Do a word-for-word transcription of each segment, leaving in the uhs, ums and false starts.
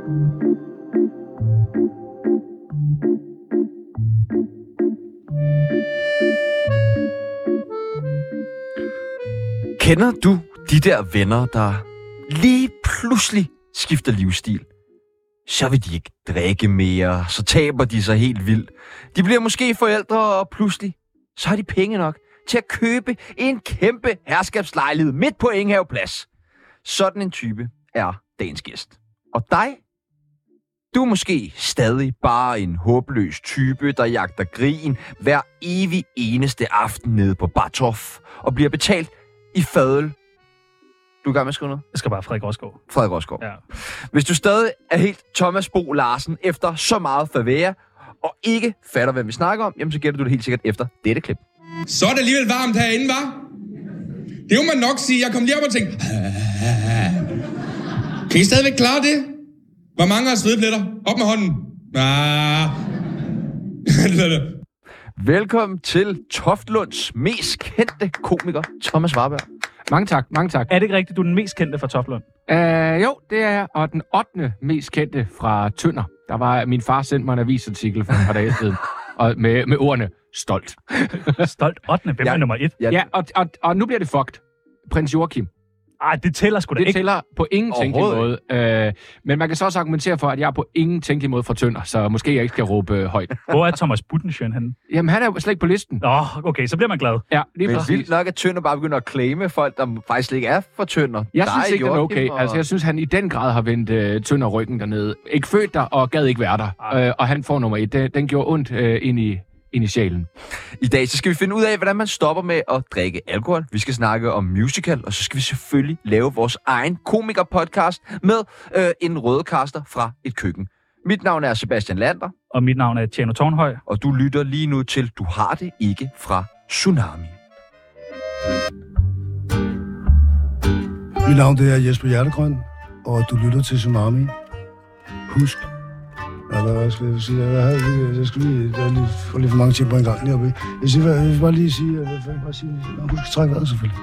Kender du de der venner, der lige pludselig skifter livsstil? Så vil de ikke drikke mere, så taber de sig helt vildt. De bliver måske forældre, og pludselig så har de penge nok til at købe en kæmpe herskabslejlighed midt på Enghave Plads. Sådan en type er dagens gæst. Og dig? Du er måske stadig bare en håbløs type, der jagter grin hver evig eneste aften nede på Bartof og bliver betalt i fadøl. Du er i gang med at skrive noget? Jeg skal bare Frederik Rosgaard. Frederik Rosgaard. Ja. Hvis du stadig er helt Thomas Bo Larsen efter så meget favela, og ikke fatter, hvem vi snakker om, jamen så gætter du det helt sikkert efter dette klip. Så er det alligevel varmt herinde, hva'? Det må man nok sige. Jeg kom lige op og tænkte... Kan I stadigvæk klare det? Hvor mange har svedpletter? Op med hånden. Ah. Velkommen til Toftlunds mest kendte komiker, Thomas Warberg. Mange tak, mange tak. Er det ikke rigtigt, du er den mest kendte fra Toftlund? Uh, jo, det er jeg, og den ottende mest kendte fra Tønder. Der var min far sendt mig en avisartikel for et par dage siden, og med, med ordene stolt. Stolt ottende Hvem Ja. er nummer et? Ja. Ja, og, og, og nu bliver det fucked. Prins Joachim. Ej, det tæller sgu da Det ikke. tæller på ingen tænkelig måde. Uh, men man kan så også argumentere for, at jeg er på ingen tænkelig måde fra Tønder, så måske jeg ikke skal råbe uh, højt. Hvor er Thomas Buddenschøn henne? Jamen, han er jo slet ikke på listen. Nå, okay, så bliver man glad. Ja, lige Men præcis. vildt nok, at Tønder bare begynder at claime folk, der faktisk slet ikke er fra Tønder. Jeg Der synes ikke, det er Joachim okay. og... Altså, jeg synes, han i den grad har vendt uh, Tønder ryggen dernede. Ikke født der, og gad ikke være der. Uh, og han får nummer et. Den, den gjorde ondt uh, ind i ind i sjælen. I dag så skal vi finde ud af, hvordan man stopper med at drikke alkohol. Vi skal snakke om musical, og så skal vi selvfølgelig lave vores egen komiker-podcast med øh, en rødekaster fra et køkken. Mit navn er Sebastian Lander, Og mit navn er Tjerno Tornhøj. og du lytter lige nu til Du har det ikke fra Tsunami. Mit navn det er Jesper Hjertegrøn, og du lytter til Tsunami. Husk. Ja, hvad skal jeg sige? Jeg, havde, jeg skal lige, jeg lige få lidt for mange ting på en gang lige oppe. Jeg, siger, jeg vil bare lige sige, jeg vil bare sige, husk at trække vejret selvfølgelig.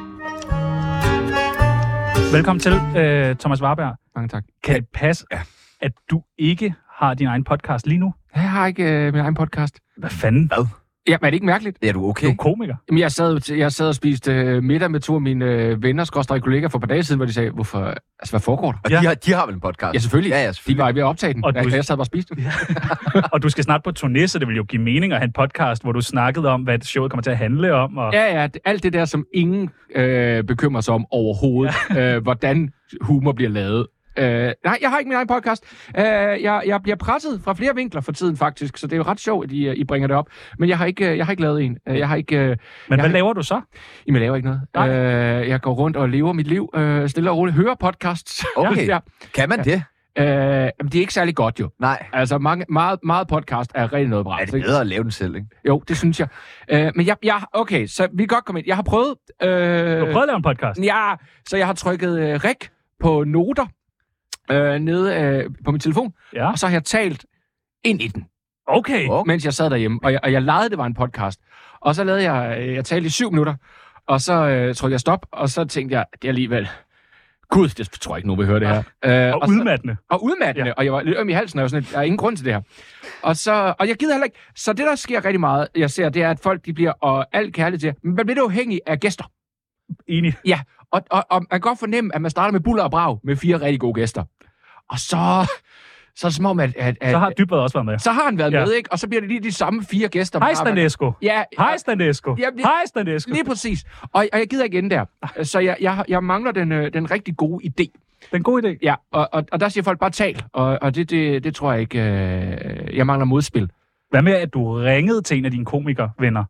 Velkommen til, øh, Thomas Warberg. Mange tak. Kan det passe, at du ikke har din egen podcast lige nu? Jeg har ikke uh, min egen podcast. Hvad fanden? Hvad? Ja, men er det ikke mærkeligt? Er du okay? Du er komiker. Jamen, jeg sad, jeg sad og spiste øh, middag med to af mine øh, venner, skråstrege kollegaer for et par dage siden, hvor de sagde, hvorfor, altså, hvad foregår der? Og Ja. de, har, de har vel en podcast? Ja, selvfølgelig. Ja, ja, De selvfølgelig. var ved at optage den, Og og du- jeg, jeg sad bare og spiste. Og du skal snart på turné, så det vil jo give mening at have en podcast, hvor du snakkede om, hvad showet kommer til at handle om. Og... Ja, ja, det- alt det der, som ingen øh, bekymrer sig om overhovedet. øh, hvordan humor bliver lavet. Øh, nej, jeg har ikke min egen podcast. Øh, jeg, jeg bliver presset fra flere vinkler for tiden, faktisk, så det er jo ret sjovt, at I, I bringer det op. Men jeg har ikke, jeg har ikke lavet en. Øh, Jeg har ikke... Øh, Men jeg hvad har- laver du så? Jamen, jeg laver ikke noget. Nej. Øh, jeg går rundt og lever mit liv øh, stille og roligt. Hører podcasts. Okay. ja. Kan man det? Øh, jamen, det er ikke særlig godt, jo. Nej. Altså, mange, meget, meget podcast er rigtig noget bra. Er det bedre at lave den selv, ikke? Jo, det synes jeg. Øh, men jeg, jeg... Okay, så vi kan godt komme ind. Jeg har prøvet... Øh, Du har prøvet at lave en podcast? Ja, så jeg har trykket øh, rek på noter øh, nede øh, på min telefon, Ja. og så har jeg talt ind i den, Okay. Okay. mens jeg sad derhjemme, og jeg, og jeg legede, det var en podcast. Og så lavede jeg... Øh, jeg talte i syv minutter, og så øh, trykkede jeg stop, og så tænkte jeg, det er alligevel... Gud, det tror jeg ikke, nogen vil høre det her. Øh, Og så- udmattende. og udmattende, ja. Og jeg var lidt øm i halsen, og jeg var sådan, lidt, der er ingen grund til det her. Og, så, og jeg gider heller ikke... Så det, der sker rigtig meget, jeg ser, det er, at folk de bliver og alt kærligt til, men man bliver afhængig af gæster. Enig. Ja, og, og, og man kan godt fornemme, at man starter med buller og brag med fire rigtig gode gæster. Og så... Så er det som om, at... at, at Så har Dybvad også været med. så har han været Ja. med, ikke? Og så bliver det lige de samme fire gæster. Hej, bare- Stanesco. Ja, Hej, Stanesco. Jamen, det- Hej, Stanesco. lige præcis. Og, og jeg gider ikke ende der. Så jeg, jeg, jeg mangler den, øh, den rigtig gode idé. Det er en god idé. Ja, og, og, og der siger folk bare tal. Og, og det, det, det tror jeg ikke... Øh, jeg mangler modspil. Hvad med, at du ringede til en af dine komikervenner?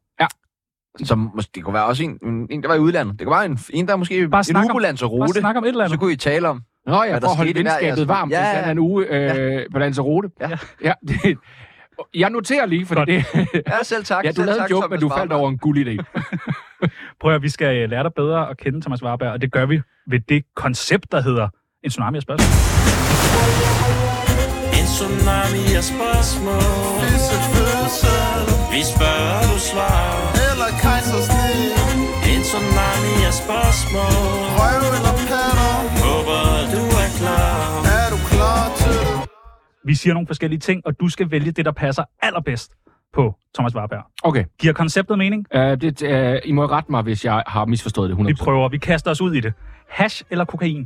Som, måske- det kunne være også en, en, en der var i udlandet. Det kunne være en, en der måske Bare en snak om- uge på Lanzarote. Bare snak om et eller Så andet. kunne I tale om. Nå ja, Hvad der for at holde skete der, venskabet ja, varmt, ja, hvis ja. han er en uge øh, på Lanzarote. Ja. ja det, jeg noterer lige, fordi Godt. det... Ja, selv tak. ja, du selv lavede en tak, joke, Thomas men du faldt Warberg. over en guld idé. Prøv at vi skal øh, lære dig bedre at kende Thomas Warberg, og det gør vi ved det koncept, der hedder en tsunami af spørgsmål. En tsunami af spørgsmål. Vi spørger, du svarer. Eller kejsersnit. En tsunami af spørgsmål. Røv eller patter. Håber, du er klar. Er du klar til det? Vi siger nogle forskellige ting, og du skal vælge det, der passer allerbedst på Thomas Warberg. Okay. Giver konceptet mening? Uh, det, uh, I må rette mig, hvis jeg har misforstået det hundrede procent. Vi prøver. Vi kaster os ud i det. Hash eller kokain?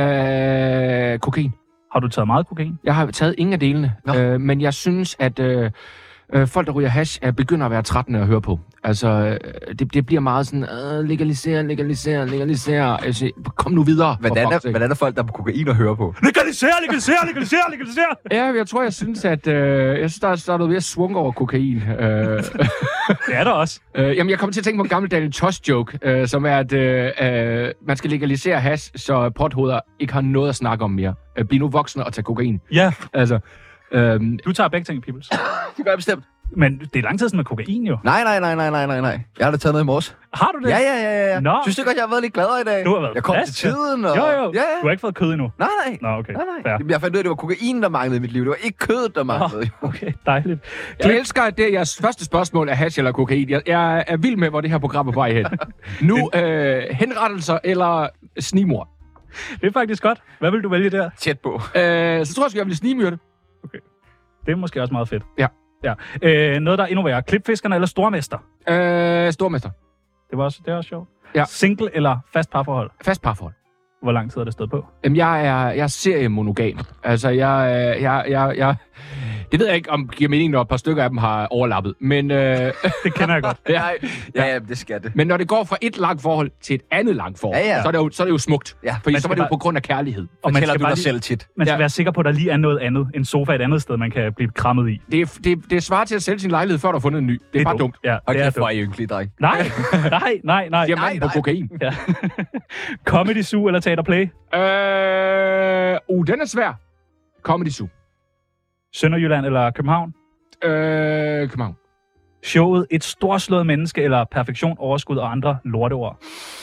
Uh, kokain. Har du taget meget kokain? Jeg har taget ingen af delene, uh, men jeg synes, at uh, uh, folk, der ryger hash, uh, begynder at være trættende at høre på. Altså, uh, det, det bliver meget sådan, uh, legalisere, legalisere, legalisere. Altså, kom nu videre. Hvordan er, hvordan er folk, der er på kokain at høre på? Legalisere, legalisere, legalisere, legalisere! Ja, jeg tror, jeg synes, at uh, jeg synes, der er, der er noget mere svung over kokain. Uh, det er der også. Uh, jamen, jeg kommer til at tænke på en gammel Daniel Tosh-joke, uh, som er, at uh, uh, man skal legalisere hash, så pothoveder ikke har noget at snakke om mere. Uh, bliv nu voksne og tage kokain. Ja. Altså, um, du tager begge ting, Peoples. Det gør jeg bestemt. Men det er lang tid siden med kokain, jo. Nej, nej, nej, nej, nej, nej, nej. Jeg har da taget noget i morges. Har du det? Ja, ja, ja, ja. Nå. Synes du godt, jeg har været lidt gladere i dag? Du har været Jeg kom fast, til tiden, og... Jo, jo. Ja, ja. Du har ikke fået kød endnu. Nej, nej. Nå, okay. Nej, nej. Ja. Jeg fandt ud af, at det var kokain, der manglede i mit liv. Det var ikke kødet, der manglede. Oh, okay, dejligt. jeg elsker, at det er jeres første spørgsmål er hash eller kokain. Jeg, jeg er vild med, hvor det her program er på vej hen. Nu, øh, henrettelser eller snigmord? Det er faktisk godt. Hvad vil du vælge der? Tæt på. Øh, så tror jeg, jeg vil snigmyrde. Okay. Det er måske også meget fedt. Ja. Ja. Øh, noget, der er endnu værre. Klipfiskerne eller stormester? Øh, stormester. Det var også, det er også sjovt. Ja. Single eller fast parforhold? Fast parforhold. Hvor lang tid har det stået på? Jamen, jeg er, jeg er seriemonogam. Altså, jeg, jeg, jeg, jeg... Det ved jeg ikke, om det giver mening, når et par stykker af dem har overlappet. Men, øh, det kender jeg godt. ja, ja, ja, det skal det. Men når det går fra et langt forhold til et andet langt forhold, ja, ja. Så, er det jo, så er det jo smukt. Ja. Fordi Man så var det bare... jo på grund af kærlighed. Og man skal skal du dig lige... selv tit. Man skal ja. være sikker på, at der lige er noget andet. En sofa et andet sted, man kan blive krammet i. Det er, det, det er svaret til at sælge sin lejlighed, før du har fundet en ny. Det er, det er bare dumt. Ja, og det er kæft, hvor dumt. er I ynkelig, dreng. Nej, nej, nej, nej. Siger manden på kokain. Ja. Comedy Zoo eller Teater Play? Øh, uh, den er svær. Comedy Zoo. Sønderjylland eller København? Øh, København. Showet Et storslået menneske eller Perfektion, overskud og andre lorteord?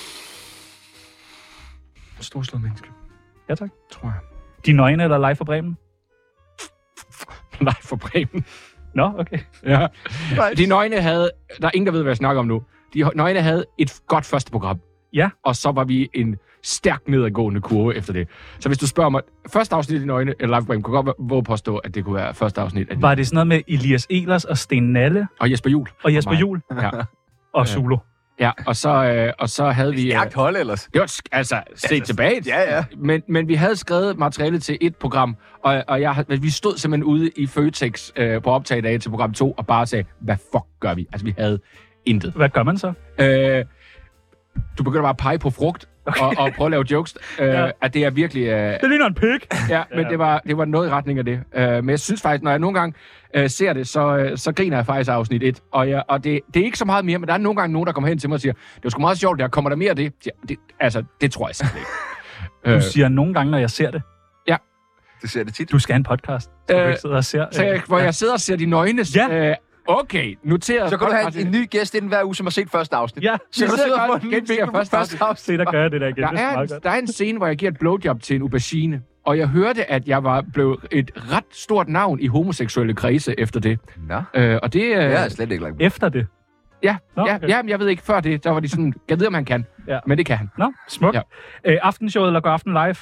Storslået menneske. Ja, tak. Tror jeg. De nøgne eller Live for Bremen? Nej, for Bremen. Nå, okay. Ja. De nøgne havde... Der er ingen, der ved, hvad jeg snakker om nu. De nøgne havde et godt første program. Ja. Og så var vi en stærkt nedadgående kurve efter det. Så hvis du spørger mig, første afsnit af De Nøgne, eller Live Bremen, kunne godt våge påstå, at det kunne være første afsnit af De Var det sådan noget med Elias Ehlers og Sten Nalle Og Jesper Juhl. og Jesper mig. Juhl Ja. og Zulu? Ja, og så, øh, og så havde vi... Stærkt hold ellers. Det var sk- altså set tilbage. Ja, ja. Men, men vi havde skrevet materiale til et program, og, og jeg, vi stod simpelthen ude i Føtex øh, på optagedage til program to, og bare sagde, hvad fuck gør vi? Altså, vi havde intet. Hvad gør man så? Øh, du begynder bare at pege på frugt, okay. og, og prøve at lave jokes. Øh, Ja. At det er virkelig... Øh, Det ligner en pik. ja, men Ja. det var, det var noget i retning af det. Øh, men jeg synes faktisk, når jeg nogle gange øh, ser det, så, øh, så griner jeg faktisk af afsnit et. Og, jeg, og det, det er ikke så meget mere, men der er nogle gange nogen, der kommer hen til mig og siger, det var sgu meget sjovt, der kommer der mere af det? Ja, det altså, det tror jeg simpelthen ikke. Du siger nogle gange, når jeg ser det, Det ser det tit. du skal have en podcast, så Øh, du ikke sidder og ser. Så jeg, hvor ja. jeg sidder og ser De Nøgnes. Ja. Øh, okay, noteret. Så kan du have en, en ny gæst ind hver uge, som har set første afsnit. Ja, Så kan du sidder sidde og godt få en genser ny første første afsnit. se, der gør jeg det der igen. Der Det er er, meget en, godt. der er en scene, hvor jeg giver et blowjob til en aubergine, og jeg hørte, at jeg var blevet et ret stort navn i homoseksuelle kredse efter det. Nå, Øh, og det... Øh, det er slet ikke langt. Efter det. ja, Nå, ja, okay. ja, men jeg ved ikke, før det, der var de sådan, jeg ved, om han kan, Ja. men det kan han. Nå, smukt. Ja. Øh, aftenshowet eller går aften live?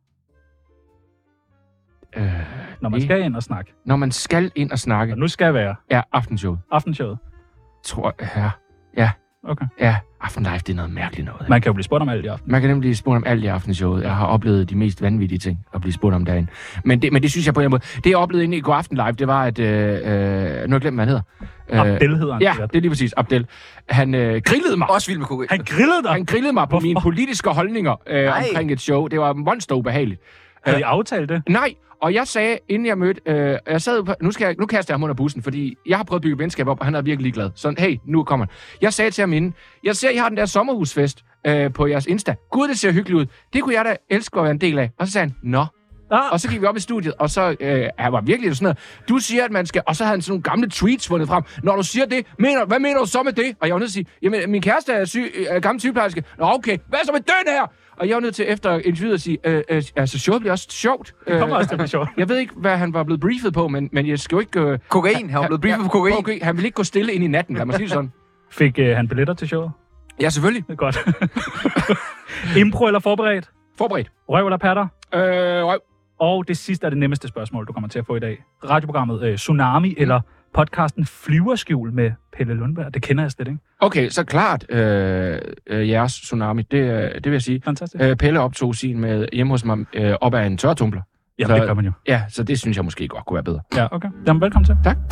Øh, Når man det- skal ind og snakke. Når man skal ind og snakke, Og nu skal jeg være ja, aftenshowet. aftenshowet. Tror ja, ja, Okay. ja, Aften Live, det er noget mærkeligt noget. Man kan jo blive spurgt om alt i aften. Man kan nemlig blive spurgt om alt i aftenshowet. Jeg har oplevet de mest vanvittige ting at blive spurgt om dagen. Men det, men det synes jeg på en måde... Det jeg oplevede inde i God Aften Live, det var, at... Øh, øh, nu har jeg glemt, hvad han hedder. Øh, Abdel hedder han. Ja, sikkert. det er lige præcis. Abdel. Han øh, grillede mig. Også vild med kokain. Han grillede dig. Han grillede mig på Hvorfor? mine politiske holdninger øh, Nej. omkring et show. Det var monster ubehageligt. Havde I aftalt det? Nej, og jeg sagde, inden jeg mødte... Øh, jeg sad på, nu, skal jeg, nu kaster jeg ham under bussen, fordi jeg har prøvet at bygge venskab op, og han er virkelig glad. Så hey, nu kommer han. Jeg sagde til ham inden, jeg ser, I har den der sommerhusfest øh, på jeres Insta. Gud, det ser hyggeligt ud. Det kunne jeg da elske at være en del af. Og så sagde han, nå. Ah, Og så gik vi op i studiet, og så øh, han var virkelig sådan noget. Du siger, at man skal... Og så havde han sådan nogle gamle tweets fundet frem. Når du siger det, mener, hvad mener du så med det? Og jeg var nødt til at sige, jamen, min kæreste er, syg, er gammel sygeplejerske. Nå, okay. Hvad så med den her? Og jeg var nødt til efter interviewet at sige, øh, øh, altså, showet bliver også sjovt. det kommer også til at blive sjovt. Jeg ved ikke, hvad han var blevet briefet på, men, men jeg skal jo ikke... Øh, Kokain. Han var blevet briefet på kokain. Okay, han vil ikke gå stille ind i natten, lad mig sige det sådan. Fik øh, han billetter til showet? Ja, selvfølgelig. Det er godt. Impro eller forberedt? Forberedt. Røv eller patter? Øh, røv. Og det sidste er det nemmeste spørgsmål, du kommer til at få i dag. Radioprogrammet øh, Tsunami mm. eller podcasten Flyverskjul med Pelle Lundberg. Det kender jeg slet ikke. Okay, så klart øh, øh, jeres Tsunami, det, det vil jeg sige. Fantastisk. Øh, Pelle optog sin med hjemme hos mig øh, op ad en tørretumbler. Jamen, så, det gør man jo. Ja, så det synes jeg måske godt kunne være bedre. Ja, okay. Jamen, velkommen til. Tak.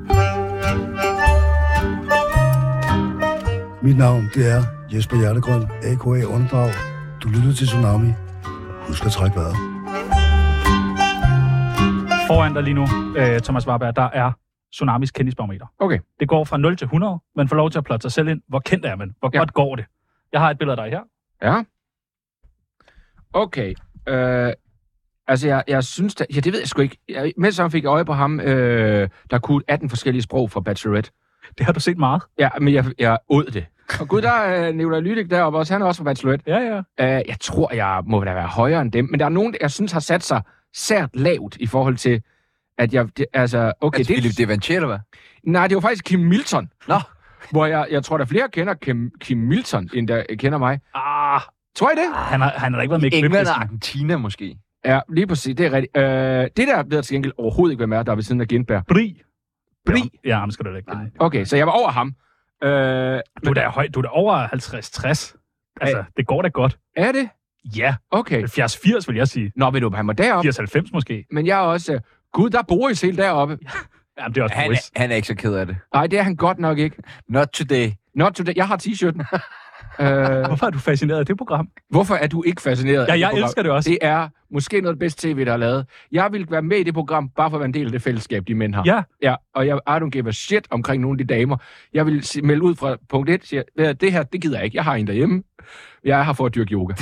Mit navn, det er Jesper Hjertegrøn, A K A Underdrag. Du lytter til Tsunami. Husk at trække vejret. Foran dig lige nu, øh, Thomas Warberg, der er Tsunamis kendisbarometer. Okay. Det går fra nul til hundrede. Man får lov til at plotte sig selv ind. Hvor kendt er man? Hvor Ja. godt går det? Jeg har et billede af dig her. Ja. Okay. Øh, altså, jeg, jeg synes... Da, ja, det ved jeg sgu ikke. Jeg, mens jeg fik øje på ham, øh, der kunne atten forskellige sprog fra Bachelorette. Det har du set meget. Ja, men jeg, jeg åd det. Og gud, der er øh, Nicolai Lydik deroppe også. Han er også fra Bachelorette. Ja, ja. Øh, jeg tror, jeg må da være højere end dem. Men der er nogen, jeg synes har sat sig sært lavt i forhold til, at jeg... Det, altså, okay, Altså, det, Philip Devanchier, eller hvad? Nej, det var faktisk Kim Milton. Nå. Hvor jeg, jeg tror, der flere kender Kim, Kim Milton, end der kender mig. Ah, Tror I det? han har, han har da ikke været med i England klipfesten. og Argentina, måske. Ja, lige præcis. Det er rigtigt. Øh, det der ved jeg til gengæld overhovedet ikke, hvem er, der er ved siden af Gindberg. Bri. Bri? Ja, ham skal du da ikke kende. Okay, så jeg var over ham. Øh, Du er da, høj, du er da over halvtreds tres. Altså, Ej. det går da godt. er det? Ja, Okay. halvfjerds firs vil jeg sige. Nå, ved du, han var deroppe. firs halvfems måske. Men jeg er også... Uh, Gud, der er Boris helt deroppe. Jamen, det er også Han, Boris. er- han er ikke så ked af det. Nej, det er han godt nok ikke. Not today. Not today. Jeg har t-shirten. øh, Hvorfor er du fascineret af det program? hvorfor er du ikke fascineret Ja, af det jeg program? elsker det også. Det er måske noget af det bedste tv, der er lavet. Jeg vil være med i det program, bare for at være en del af det fællesskab, de mænd har. Ja, Ja, og jeg I don't give a shit omkring nogle af de damer. Jeg vil si- melde ud fra punkt et, siger, det her, det gider jeg ikke. Jeg har en derhjemme. Jeg er her for at dyrke yoga.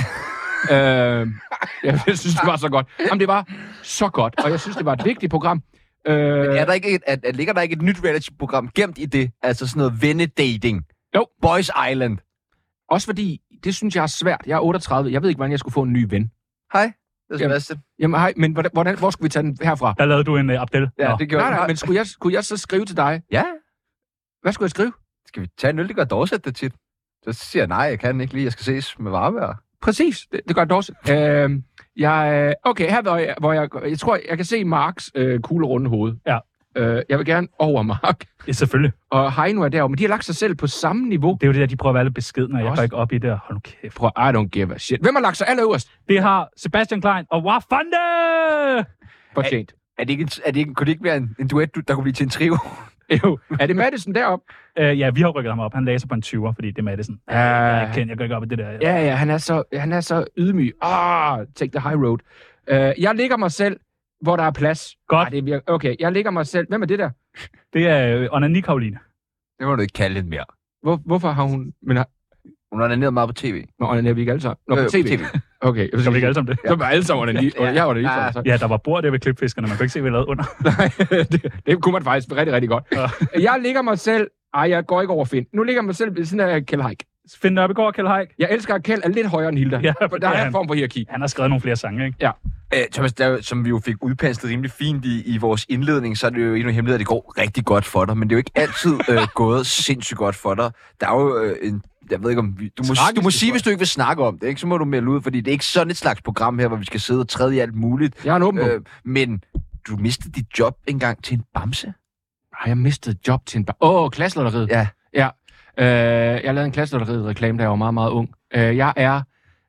øh, jeg synes, det var så godt. Jamen, det var så godt, og jeg synes, det var et vigtigt program. Øh, Er der ikke et, at, at ligger der ikke et nyt reality-program gemt i det? Altså sådan noget vennedating? Jo. Boys Island. også fordi, det synes jeg er svært. Jeg er otteogtredive. Jeg ved ikke, hvordan jeg skulle få en ny ven. Hej, det er Jamen. Sebastian. Jamen, hej, men hvordan, hvordan, hvor skulle vi tage den herfra? der lavede du en uh, Abdel. Ja, Nå. det gjorde Nej, nej, jeg. men skulle jeg, skulle jeg så skrive til dig? Ja, Hvad skulle jeg skrive? skal vi tage en øl? Det gør Dorset det tit. Så siger jeg, nej, jeg kan ikke lige. Jeg skal ses med Varberg. Præcis, det, det gør det også. Øh, jeg, okay, her hvor jeg, hvor jeg, jeg tror, jeg kan se Marks øh, kugle runde hoved. Ja. Øh, jeg vil gerne over Mark. Ja, selvfølgelig. Og Heino er derovre, men de har lagt sig selv på samme niveau. Det er jo det der, de prøver at være lidt beskedne, og jeg Også- går ikke op i det. Hold nu kæft. Prøv, I don't give a shit. Hvem har lagt sig allerøverst? Det har Sebastian Klein og Wafande! Fortjent. Er det ikke, en- er det ikke, kunne det ikke være en, en duet, du- der kunne blive til en trio? Jo, er det Madison deroppe? Uh, ja, vi har rykket ham op. Han lagde sig på en tyver, fordi det er Madison. Ja. Jeg, jeg, kendt, jeg går ikke op i det der. Ja, ja, han er så, han er så ydmyg. Ah, take the high road. Uh, jeg ligger mig selv, hvor der er plads. Godt. Ah, det virker. Okay, jeg ligger mig selv. Hvem er det der? Det er øh, Onani Karoline. Det må du ikke kalde hende mere. Hvor, hvorfor har hun... Men har... Hun har ned meget på tv. Nå, er vi ikke alle sammen? Nå, på Øh, tv. Okay, jeg Skal vi ikke alle sammen det? Så var alle sammen under lige. Jeg var der lige Ja. så. Ja, der var bord der ved klipfiskerne. Man kan ikke se, hvad jeg lavede under. Nej, det, det kunne man faktisk rigtig, rigtig godt. Ja. Jeg ligger mig selv... Ej, jeg går ikke over Finn. Nu ligger jeg mig selv ved sådan af Kjeld Haik. Finn Nørbegaard og Kjeld Haik. Jeg elsker, at Kjeld er lidt højere end Hilda. Ja, For der det er er en han. form for hierarki. Han har skrevet nogle flere sange, ikke? Æ, Thomas, der, som vi jo fik udpenslet rimelig fint i, i vores indledning, så er det jo endnu hemmeligt, at det går rigtig godt for dig. Men det er jo ikke altid øh, gået sindssygt godt for dig. Der er jo øh, en... Jeg ved ikke, om vi, du, må, Tragisk du må sige, historie. hvis du ikke vil snakke om det, ikke? Så må du melde ud, fordi det er ikke sådan et slags program her, hvor vi skal sidde og træde i alt muligt. Jeg har en åben bog. Øh, men du mistede dit job engang til en bamse. Har jeg mistet job til en bar? Åh, oh, klasselotteriet. Ja. Ja. Øh, jeg lavede en klasselotteriet-reklame, da jeg var meget, meget ung. Øh, jeg er...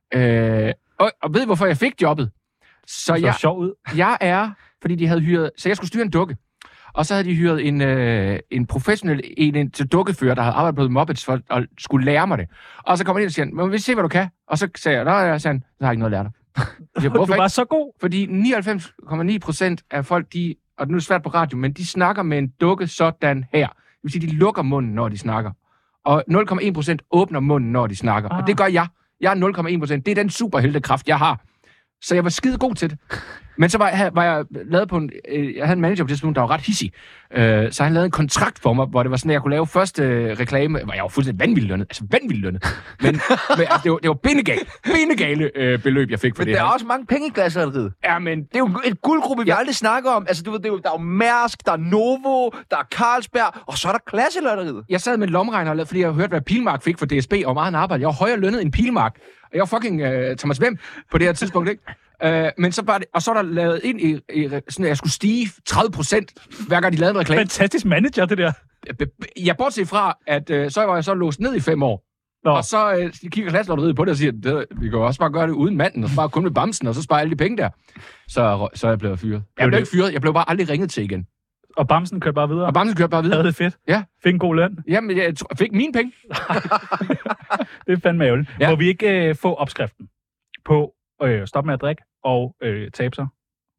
Øh, og, og ved I, hvorfor jeg fik jobbet? Så Så jeg, sjov ud. jeg er... Fordi de havde hyret... Så jeg skulle styre en dukke. Og så havde de hyret en, øh, en professionel en, en til dukkefører, der havde arbejdet på The Muppets, for at skulle lære mig det. Og så kommer han ind og siger, men vi se, hvad du kan. Og så sagde jeg, nej, jeg sagde, han, så har jeg ikke noget at lære dig. Jeg siger, Du hvorfor var ikke? så god. Fordi nioghalvfems komma ni procent af folk, de, og nu er det svært på radio, men de snakker med en dukke sådan her. Det vil sige, de lukker munden, når de snakker. Og nul komma en procent åbner munden, når de snakker. Ah. Ah. Og det gør jeg. Jeg er nul komma en procent. Det er den superheltekraft, jeg har. Så jeg var skide god til det. Men så var jeg, var jeg lavet på en... Øh, jeg havde en manager på det tidspunkt, der var ret hissig. Øh, så han lavede en kontrakt for mig, hvor det var sådan, at jeg kunne lave første øh, reklame. Hvor jeg var fuldstændig vanvittigt lønnet. Altså vanvittigt lønnet. Men, men altså, det var, det var bindegale, bindegale øh, beløb, jeg fik for Men det der er her. også mange penge i glasserederiet. Ja, men Det er jo et guldgruppe, vi Ja. aldrig snakker om. Altså, du ved, det er jo, der er jo Mærsk, der er Novo, der er Carlsberg, og så er der klasselotteriet. jeg sad med en lommeregner og lavede, fordi jeg hørte, hvad Pilmark fik for D S B, og meget han arbejde. Jeg var højere lønnet end Pilmark. Og jeg var fucking uh, Thomas Wem på det her tidspunkt, ikke? Øh, men så var det, og så er der lavet ind i, i sådan, at jeg skulle stige tredive procent, hver gang de lavede en reklame. Fantastisk manager, det der. Jeg bortset fra, at øh, så var jeg så låst ned i fem år. Nå. Og så øh, kigger klasselotteriet på det og siger, det, vi kan jo også bare gøre det uden manden, og så bare kun med bamsen, og så sparer alle de penge der. Så, så er jeg blevet fyret. Jeg blev ikke fyret, jeg blev bare aldrig ringet til igen. Og bamsen kørte bare videre? Og bamsen kørte bare videre. Ja, det er fedt. Ja. Fik en god løn? Jamen, jeg fik mine penge. Det er fandme ærgerligt. Ja. Må vi ikke øh, få opskriften på øh, stop med at drikke og øh, tabe sig?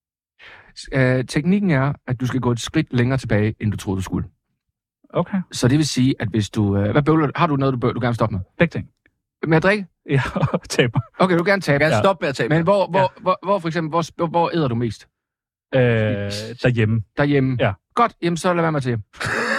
Øh, teknikken er, at du skal gå et skridt længere tilbage, end du troede, du skulle. Okay. Så det vil sige, at hvis du... Øh, hvad bøvler Har du noget, du, bøvler, du gerne stoppe med? Begge ting. Med at drikke? Ja, og tabe mig. Okay, du vil gerne tabe. Jeg kan Ja. stoppe med at tabe. Men hvor, hvor, Ja. hvor, hvor, hvor for eksempel, hvor, hvor æder du mest? Øh, derhjemme. Derhjemme? Ja. Godt, jamen så lad være med at tabe.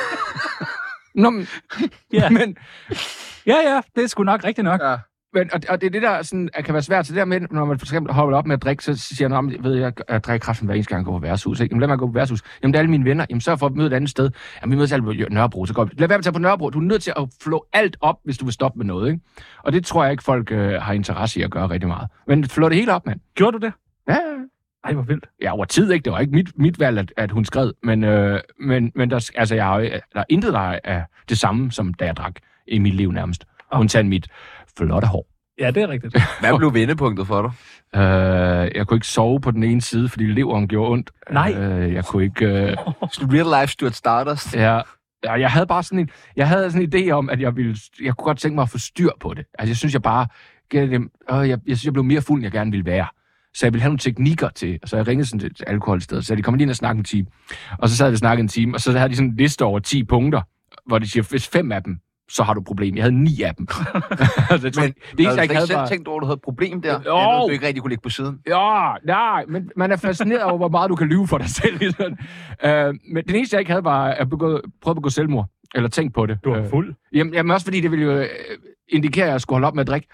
Nå, men... Ja. men Ja, ja, det er sgu nok rigtigt nok. Ja. Men, og, og det er det, der sådan, kan være svært. Så det der med, når man for eksempel holder op med at drikke, så siger jeg, ved jeg, at jeg drikker kraften hver eneste gang, jeg går på værtshus. Ikke? Jamen lad mig gå på værtshus. Jamen det er alle mine venner. Jamen sørg for at møde et andet sted. Jamen vi mødes alle på Nørrebro. Så går vi. Lad være med at tage på Nørrebro. Du er nødt til at flå alt op, hvis du vil stoppe med noget. Ikke? Og det tror jeg ikke, folk øh, har interesse i at gøre rigtig meget. Men flå det hele op, mand. Gjorde du det? Ja, Ej, hvor vildt. ja, over tid, ikke? Det var ikke mit, mit valg, at, at hun skred. Men, øh, men, men der, altså, jeg har, der er intet, der er det samme, som da jeg drak i mit liv nærmest. Hun tager mit flotte hår. Ja, det er rigtigt. Hvad blev vendepunktet for dig? Øh, jeg kunne ikke sove på den ene side, fordi leveren gjorde ondt. Nej. Øh, jeg kunne ikke... Øh, Real life Stuart Stardust. ja, ja, jeg havde bare sådan en... Jeg havde sådan en idé om, at jeg ville... Jeg kunne godt tænke mig at få styr på det. Altså, jeg synes, jeg bare... Øh, jeg, jeg synes, jeg blev mere fuld, end jeg gerne ville være. Så jeg ville have nogle teknikker til. Og så jeg ringede sådan til, til alkoholstedet. Så de kom lige ind og snakkede en time. Og så sad vi og snakkede en time. Og så havde de sådan en liste over ti punkter, hvor de siger, hvis fem af dem, så har du et problem. Jeg havde ni af dem. altså, jeg tror, Men det eneste, jeg havde ikke du havde, selv var... tænkt over, at du havde et problem der? Jo. Det er noget, du ikke rigtig kunne ligge på siden. Ja, nej, men man er fascineret over, hvor meget du kan lyve for dig selv. Sådan. Uh, men det eneste, jeg ikke havde, var at begå, prøve at begå selvmord. Eller tænke på det. Du var Øh, fuld. Jamen, jamen også fordi det ville jo øh, indikere, at jeg skulle holde op med at drikke.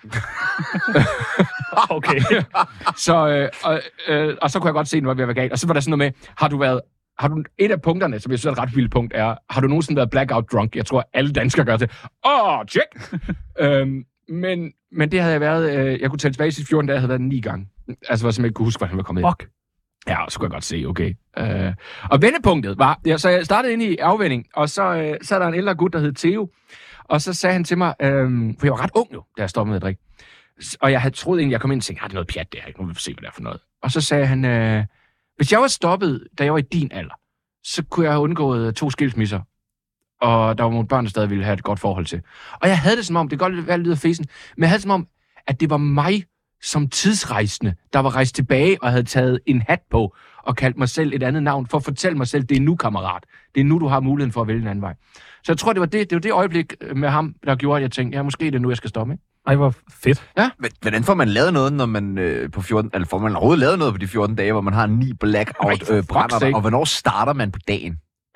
Okay. så, øh, og, øh, og så kunne jeg godt se, at det var ved at være galt. Og så var der sådan noget med, har du været... Har du, et af punkterne, som jeg synes er et ret vildt punkt, er, har du nogensinde været blackout drunk? Jeg tror, alle danskere gør det. Åh, oh, check! øhm, men, men det havde jeg været... Øh, jeg kunne tælle tilbage i fjorten dage, jeg havde været ni gange. Altså, hvor jeg simpelthen ikke kunne huske, hvordan jeg var kommet ind. Fuck. Ja, så kunne jeg godt se, okay. Øh, og vendepunktet var... Ja, så jeg startede ind i afvænning, og så, øh, så er der en ældre gut, der hed Theo. Og så sagde han til mig... Øh, for jeg var ret ung jo, da jeg stoppede med at drikke. Og jeg havde troet egentlig, jeg kom ind og tænkte, ah, det er noget pjat, det her. Nu vil vi se, hvad det er for noget. Og så sagde han... Øh, hvis jeg var stoppet, da jeg var i din alder, så kunne jeg have undgået to skilsmisser. Og der var nogle børn, der stadig ville have et godt forhold til. Og jeg havde det som om, det kan godt være lidt af fesen, men jeg havde det som om, at det var mig som tidsrejsende, der var rejst tilbage og havde taget en hat på og kaldt mig selv et andet navn, for at fortælle mig selv, det er nu, kammerat. Det er nu, du har muligheden for at vælge en anden vej. Så jeg tror, det var det, det, var det øjeblik med ham, der gjorde, at jeg tænkte, ja, måske det er nu, jeg skal stoppe, ikke? Ej, hvor fedt. Men hvordan får man lavet noget, når man øh, på fjorten... Eller får man overhovedet lavet noget på de fjorten dage, hvor man har ni blackout Ej, øh, fuck's brænder, sake. og hvornår starter man på dagen?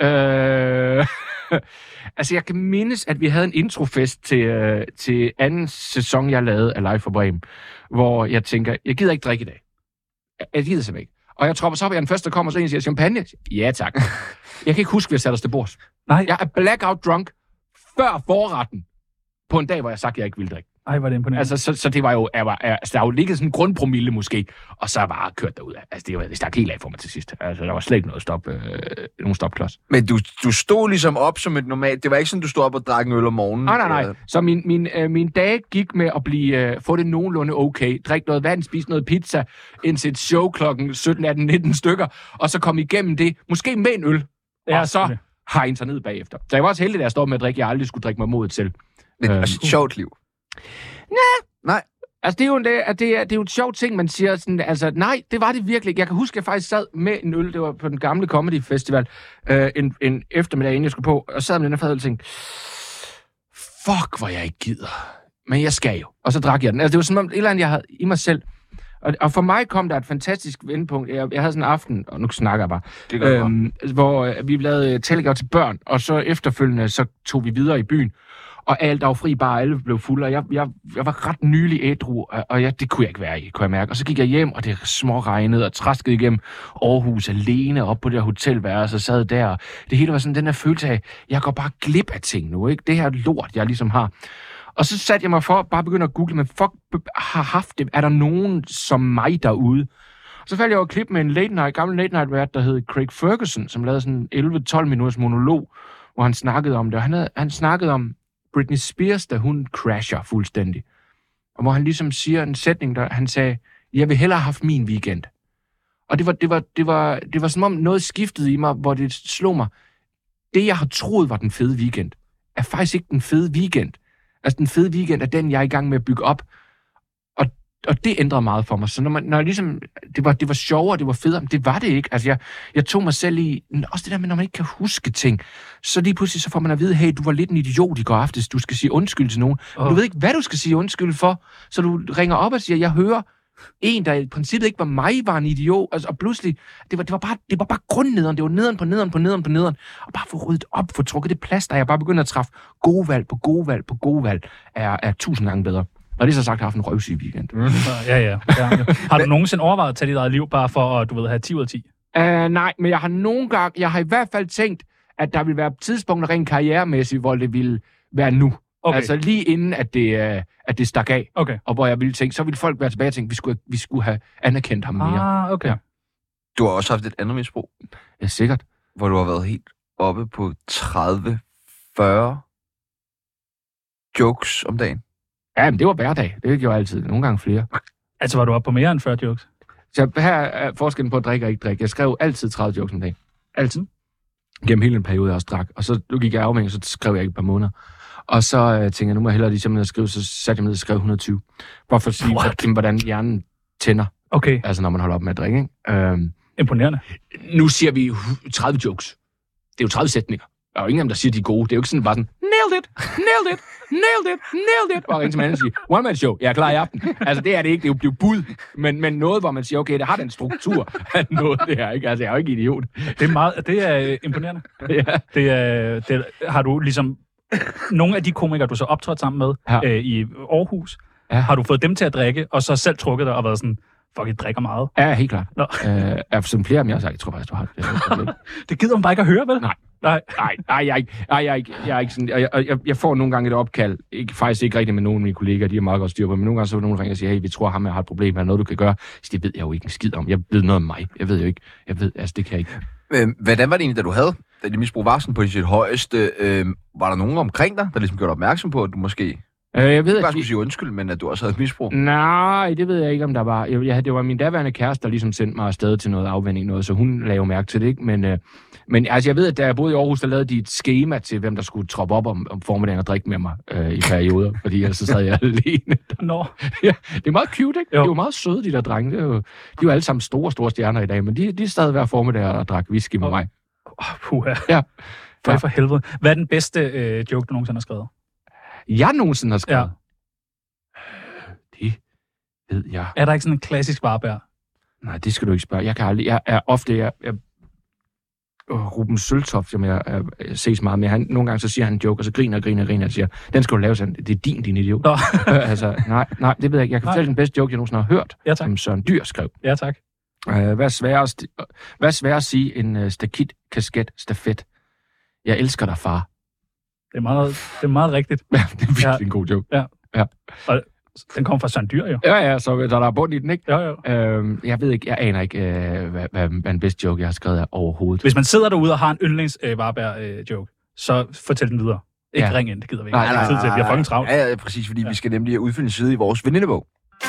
Øh, altså, jeg kan mindes, at vi havde en introfest til, øh, til anden sæson, jeg lavede af Live for Bremen, hvor jeg tænker, jeg gider ikke drikke i dag. Jeg, jeg gider simpelthen ikke. Og jeg tropper så op, jeg er den første, der kommer, så en siger, champagne? Ja, tak. Jeg kan ikke huske, at vi har sat os til bords. Nej. Jeg er blackout drunk før forretten på en dag, hvor jeg sagde, at jeg ikke ville drikke. Ej, hvor er det imponerende. Altså, så, så det var jo, jeg var, altså, der var jo ligget sådan en grundpromille måske, og så bare kørt derud af. Altså, det var, det stak helt af for mig til sidst. Altså, der var slet ikke noget stop, øh, nogen stopklods. Men du, du stod ligesom op som et normalt... Det var ikke sådan, du stod op og drak en øl om morgenen? Nej, nej, nej. Så min, min, øh, min dag gik med at blive, øh, få det nogenlunde okay. Drikke noget vand, spise noget pizza, indtil et show klokken sytten, atten, nitten stykker, og så komme igennem det, måske med en øl, Ja, og så selvfølgelig. har jeg sig ned bagefter. Så jeg var også heldig, da jeg stod med at drikke, jeg aldrig skulle drikke mig modet til. Men Øhm. altså, et sjovt liv. Nej. Altså, det er jo en, det, er, det, er, det er jo et sjovt ting, man siger sådan, altså, nej, det var det virkelig ikke. Jeg kan huske, at jeg faktisk sad med en øl, det var på den gamle Comedy Festival, øh, en, en eftermiddag, inden jeg skulle på, og sad med den her fadøl og tænkte, fuck, hvor jeg ikke gider. Men jeg skal jo. Og så drak jeg den. Altså, det var som om, et eller andet, jeg havde i mig selv. Og, og for mig kom der et fantastisk vendepunkt. Jeg, jeg havde sådan en aften, og nu snakker jeg bare, Det gør øhm, hvor øh, vi lavede telegaver til børn, og så efterfølgende, så tog vi videre i byen. Og alt der var fri bar, alle blev fulde, og jeg, jeg, jeg var ret nylig ædru, og, og jeg, det kunne jeg ikke være i, kunne jeg mærke. Og så gik jeg hjem, og det småregnede, og traskede igennem Aarhus alene op på det her hotelværelse, og sad der. Og det hele var sådan den her følelse af, jeg går bare glip af ting nu, ikke? Det her lort, jeg ligesom har. Og så satte jeg mig for, bare begynde at google, men fuck, har haft det, er der nogen som mig derude? Så faldt jeg over et klip med en late night, gammel late night vært, der hed Craig Ferguson, som lavede sådan en elleve tolv minutters monolog, hvor han snakkede om det. Og han, havde, han snakkede om Britney Spears, da hun crasher fuldstændig. Og hvor han ligesom siger en sætning, der han sagde, jeg vil hellere have haft min weekend. Og det var, det var, det var, det var som om noget skiftede i mig, hvor det slog mig. Det, jeg har troet var den fede weekend, er faktisk ikke den fede weekend. Altså, den fede weekend er den, jeg er i gang med at bygge op. Og, og det ændrede meget for mig. Så når, man, når jeg ligesom, det var, det var sjovere, det var federe, men det var det ikke. Altså, jeg, jeg tog mig selv i, også det der med, når man ikke kan huske ting, så lige pludselig så får man at vide, hey, du var lidt en idiot i går aftes, du skal sige undskyld til nogen. Oh. Du ved ikke, hvad du skal sige undskyld for, så du ringer op og siger, jeg hører en, der i princippet ikke var mig, var en idiot, altså, og pludselig, det var, det var bare, det var bare grundnederen, det var nederen på nederen på nederen på nederen, og bare få ryddet op, få trukket det plads, der jeg bare begynder at træffe gode valg på gode valg på gode valg, er, er tusind gange bedre. Og det er så sagt, har haft en røvsyg weekend. Mm. Ja, ja, ja, ja. Har du nogensinde overvejet at tage dit eget liv, bare for at, du ved, have ti ud af ti? Uh, nej, men jeg har nogle gange, jeg har i hvert fald tænkt, at der vil være tidspunkter rent karrieremæssigt, hvor det vil være nu. Okay. Altså lige inden, at det, uh, at det stak af. Okay. Og hvor jeg ville tænke, så ville folk være tilbage og tænke, at vi skulle, vi skulle have anerkendt ham mere. Ah, okay. Ja. Du har også haft et andet misbrug. Ja, sikkert. Hvor du har været helt oppe på tredive fyrre jokes om dagen. Ja, men det var hverdag. Det gjorde jeg altid. Nogle gange flere. Altså var du oppe på mere end fyrre jokes? Så her er forskellen på at drikke og ikke drikke. Jeg skrev altid tredive jokes om dagen. Altid. Gennem hele en periode, jeg også drak. Og så nu gik jeg afhængig, så skrev jeg ikke et par måneder. Og så øh, tænkte jeg, nu må jeg hellere lige simpelthen skrive, så satte jeg ned og skrev et hundrede og tyve. Bare for at sige, at, hvordan hjernen tænder. Okay. Altså, når man holder op med at drikke, ikke? Øhm, Imponerende. Nu siger vi tredive jokes. Det er jo tredive sætninger. Der er jo ingen af dem, der siger, de er gode. Det er jo ikke sådan bare sådan, nailed it, nailed it, nailed it, nailed it. Og ringe til manden og sige, one man show, jeg er klar i aften. Altså, det er det ikke. Det er jo blevet bud. Men, men noget, hvor man siger, okay, det har den struktur af noget, det her, ikke? Altså, jeg er jo ikke idiot. Det er meget, det er øh, imponerende. Ja. Det er, det, har du ligesom, nogle af de komikere, du så optrådt sammen med ja. øh, i Aarhus, ja. Har du fået dem til at drikke, og så selv trukket dig og været sådan, fuck, jeg drikker meget? Ja, helt klart. Nå. Øh, jeg som flere af dem, jeg har sagt, jeg tror faktisk, du har det. Det gider man bare ikke at høre, vel? Nej. Nej, nej, nej, jeg er ikke, nej, jeg er ikke, jeg er ikke sådan, jeg, jeg, jeg får nogle gange et opkald, ikke, faktisk ikke rigtigt med nogle af mine kollegaer, de er meget godt styr på, men nogle gange så er der nogen, der ringer og siger, hey, vi tror, ham har et problem, er der noget, du kan gøre? Så det ved jeg jo ikke en skid om. Jeg ved noget om mig. Jeg ved jo ikke, jeg ved, altså det kan jeg ikke. Men hvordan var det egentlig, da du havde, da dit misbrug var sådan på sit højeste, øh, var der nogen omkring dig, der ligesom gjorde opmærksom på, at du måske Øh, jeg ved, ikke bare skulle sige undskyld, men at du også havde et misbrug? Nej, det ved jeg ikke, om der var. Jeg, jeg, det var min daværende kæreste, der ligesom sendte mig afsted til noget afvending, noget, så hun lavede jo mærke til det, ikke? Men, øh, men altså, jeg ved, at da jeg boede i Aarhus, der lavede de et schema til, hvem der skulle troppe op om, om formiddagen og drikke med mig øh, i perioder, fordi ellers så sad jeg alene. Nå. Ja, det er meget cute, ikke? Jo. De er jo meget søde, de der drenge. Det er jo, de er jo alle sammen store, store stjerner i dag, men de, de sad hver formiddag og drak whisky med oh. mig. Oh, puha. Ja. For, ja. For helvede. Hvad er den bedste øh, joke, du nogensinde har skrevet? Jeg nogensinde har skrevet? Ja. Det ved jeg. Er der ikke sådan en klassisk Varberg? Nej, det skal du ikke spørge. Jeg kan aldrig... Jeg er ofte... Jeg, jeg, Ruben Søltoft, som jeg, jeg, jeg ses meget med, han, nogle gange så siger han en joke, og så griner og griner og griner, og siger, den skal du lave sådan, det er din, din idiot. øh, altså, nej, nej, det ved jeg ikke. Jeg kan fortælle den bedste joke, jeg nogensinde har hørt, ja, som Søren Dyr skrev. Ja, tak. Øh, hvad, er sværest, hvad er sværere at sige en uh, stakit, kasket, stafet? Jeg elsker dig, far. Det er meget, det er meget rigtigt. Ja, det er virkelig ja. en god joke. Ja. Ja. Og den kommer fra Søren Dyr, jo. Ja, ja, så, så der er bund i den, ikke? Ja, ja. Øhm, jeg ved ikke, jeg aner ikke, øh, hvad, hvad, hvad den bedste joke, jeg har skrevet er overhovedet. Hvis man sidder derude og har en yndlings øh, Varberg-joke, øh, så fortæl den videre. Ikke ja. Ring ind, det gider vi ikke. Nej, nej, nej, nej, vi har fucking travlt. Ja, ja, præcis, fordi ja. vi skal nemlig udfylde en side i vores venindebog.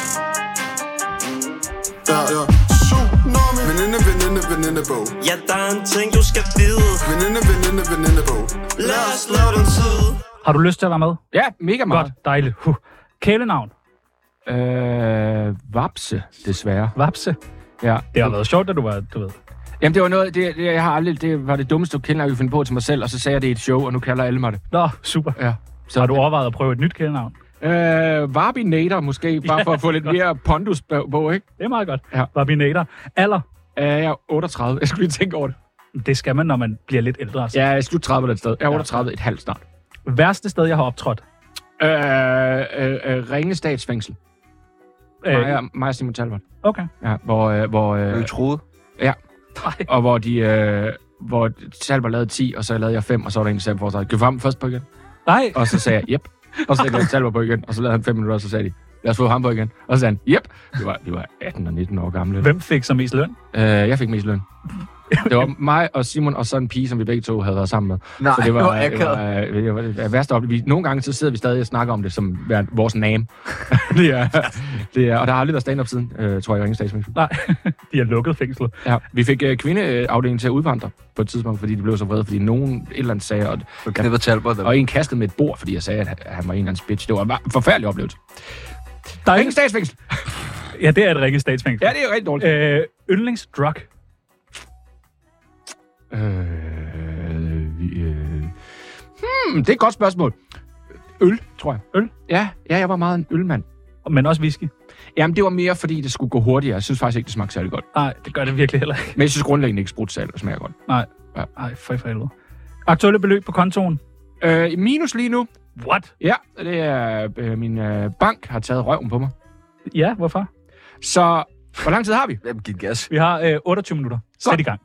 Ja, ja. Tsunami. Veninde, veninde, venindebog. Ja, der er en ting, du skal vide. Veninde, veninde, venindebog. Lad os lave den tid. Har du lyst til at være med? Ja, mega meget. Godt, dejligt. Huh. Kælenavn? Øh, Vapse, desværre. Vapse? Ja. Det har været sjovt, da du var, du ved. Jamen, det var noget, det, det, jeg har aldrig, det var det dummeste kælenavn, jeg kunne finde på til mig selv, og så sagde jeg, det er et show, og nu kalder alle mig det. Nå, super. Ja. Så har du overvejet at prøve et nyt kælenavn? Øh, Varbinator måske, bare for at få lidt mere pondus på, ikke? Det er meget godt. Ja. Varbinator. Alder? Øh, jeg er otteogtredive. Jeg skulle lige tænke over det. Det skal man, når man bliver lidt ældre. Altså. Ja, jeg er slut tredive et sted. Jeg er otteogtredive, et halvt snart. Værste sted, jeg har optrådt? Øh, øh, øh Ringe Statsfængsel. Øh. Mig, mig og Simon Talbot. Okay. Ja, hvor... Øh, hvor øh, du troede? Ja. Nej. Og hvor de... Øh, hvor Talbot lavede ti, og så lavede jeg fem, og så var der en, der sagde for sig, gå frem først på igen. Nej. Og så sagde jeg, yep. Og så lavede jeg Talbot på igen, og så lavede han fem minutter, og så sagde de, lad os få ham på igen. Og så sagde han, yep, vi var, vi var atten og nitten år gamle. Hvem fik så mest løn? Uh, jeg fik mest løn. Det var mig og Simon og så en pige, som vi begge to havde været sammen med. Nej, så det var, det det var, det var, det var værste oplevelse. Nogle gange så sidder vi stadig og snakker om det som vores name. det er, det er, og der har aldrig været stand-up siden, uh, tror jeg, Ringe Statsfængsel. Nej, de har lukket fængslet. Ja, vi fik uh, kvindeafdelingen til at udvandre på et tidspunkt, fordi de blev så vrede, fordi nogen et eller andet sagde, og, og, og en kastede med et bord, fordi jeg sagde, at han var en eller anden bitch. Det var en forfærdelig oplevelse. Der er ingen statsfængsel. Ja, det er et Ringe Statsfængsel. Ja, det er rigtig dårligt. Øh, yndlingsdrug. Øh, vi, øh, hmm, det er et godt spørgsmål. Øl, tror jeg. Øl? Ja, ja, jeg var meget en ølmand. Men også whisky? Jamen, det var mere, fordi det skulle gå hurtigere. Jeg synes faktisk ikke, det smagte særlig godt. Nej, det gør det virkelig heller ikke. Men jeg synes grundlæggende ikke, sprutsal smager godt. Nej, ja. Ej, for for helvede. Aktuelle beløb på kontoen? Øh, minus lige nu. What? Ja, det er øh, min øh, bank har taget røven på mig. Ja, hvorfor? Så, hvor lang tid har vi? Hvem giver gas? Vi har øh, otteogtyve minutter. Sæt i gang.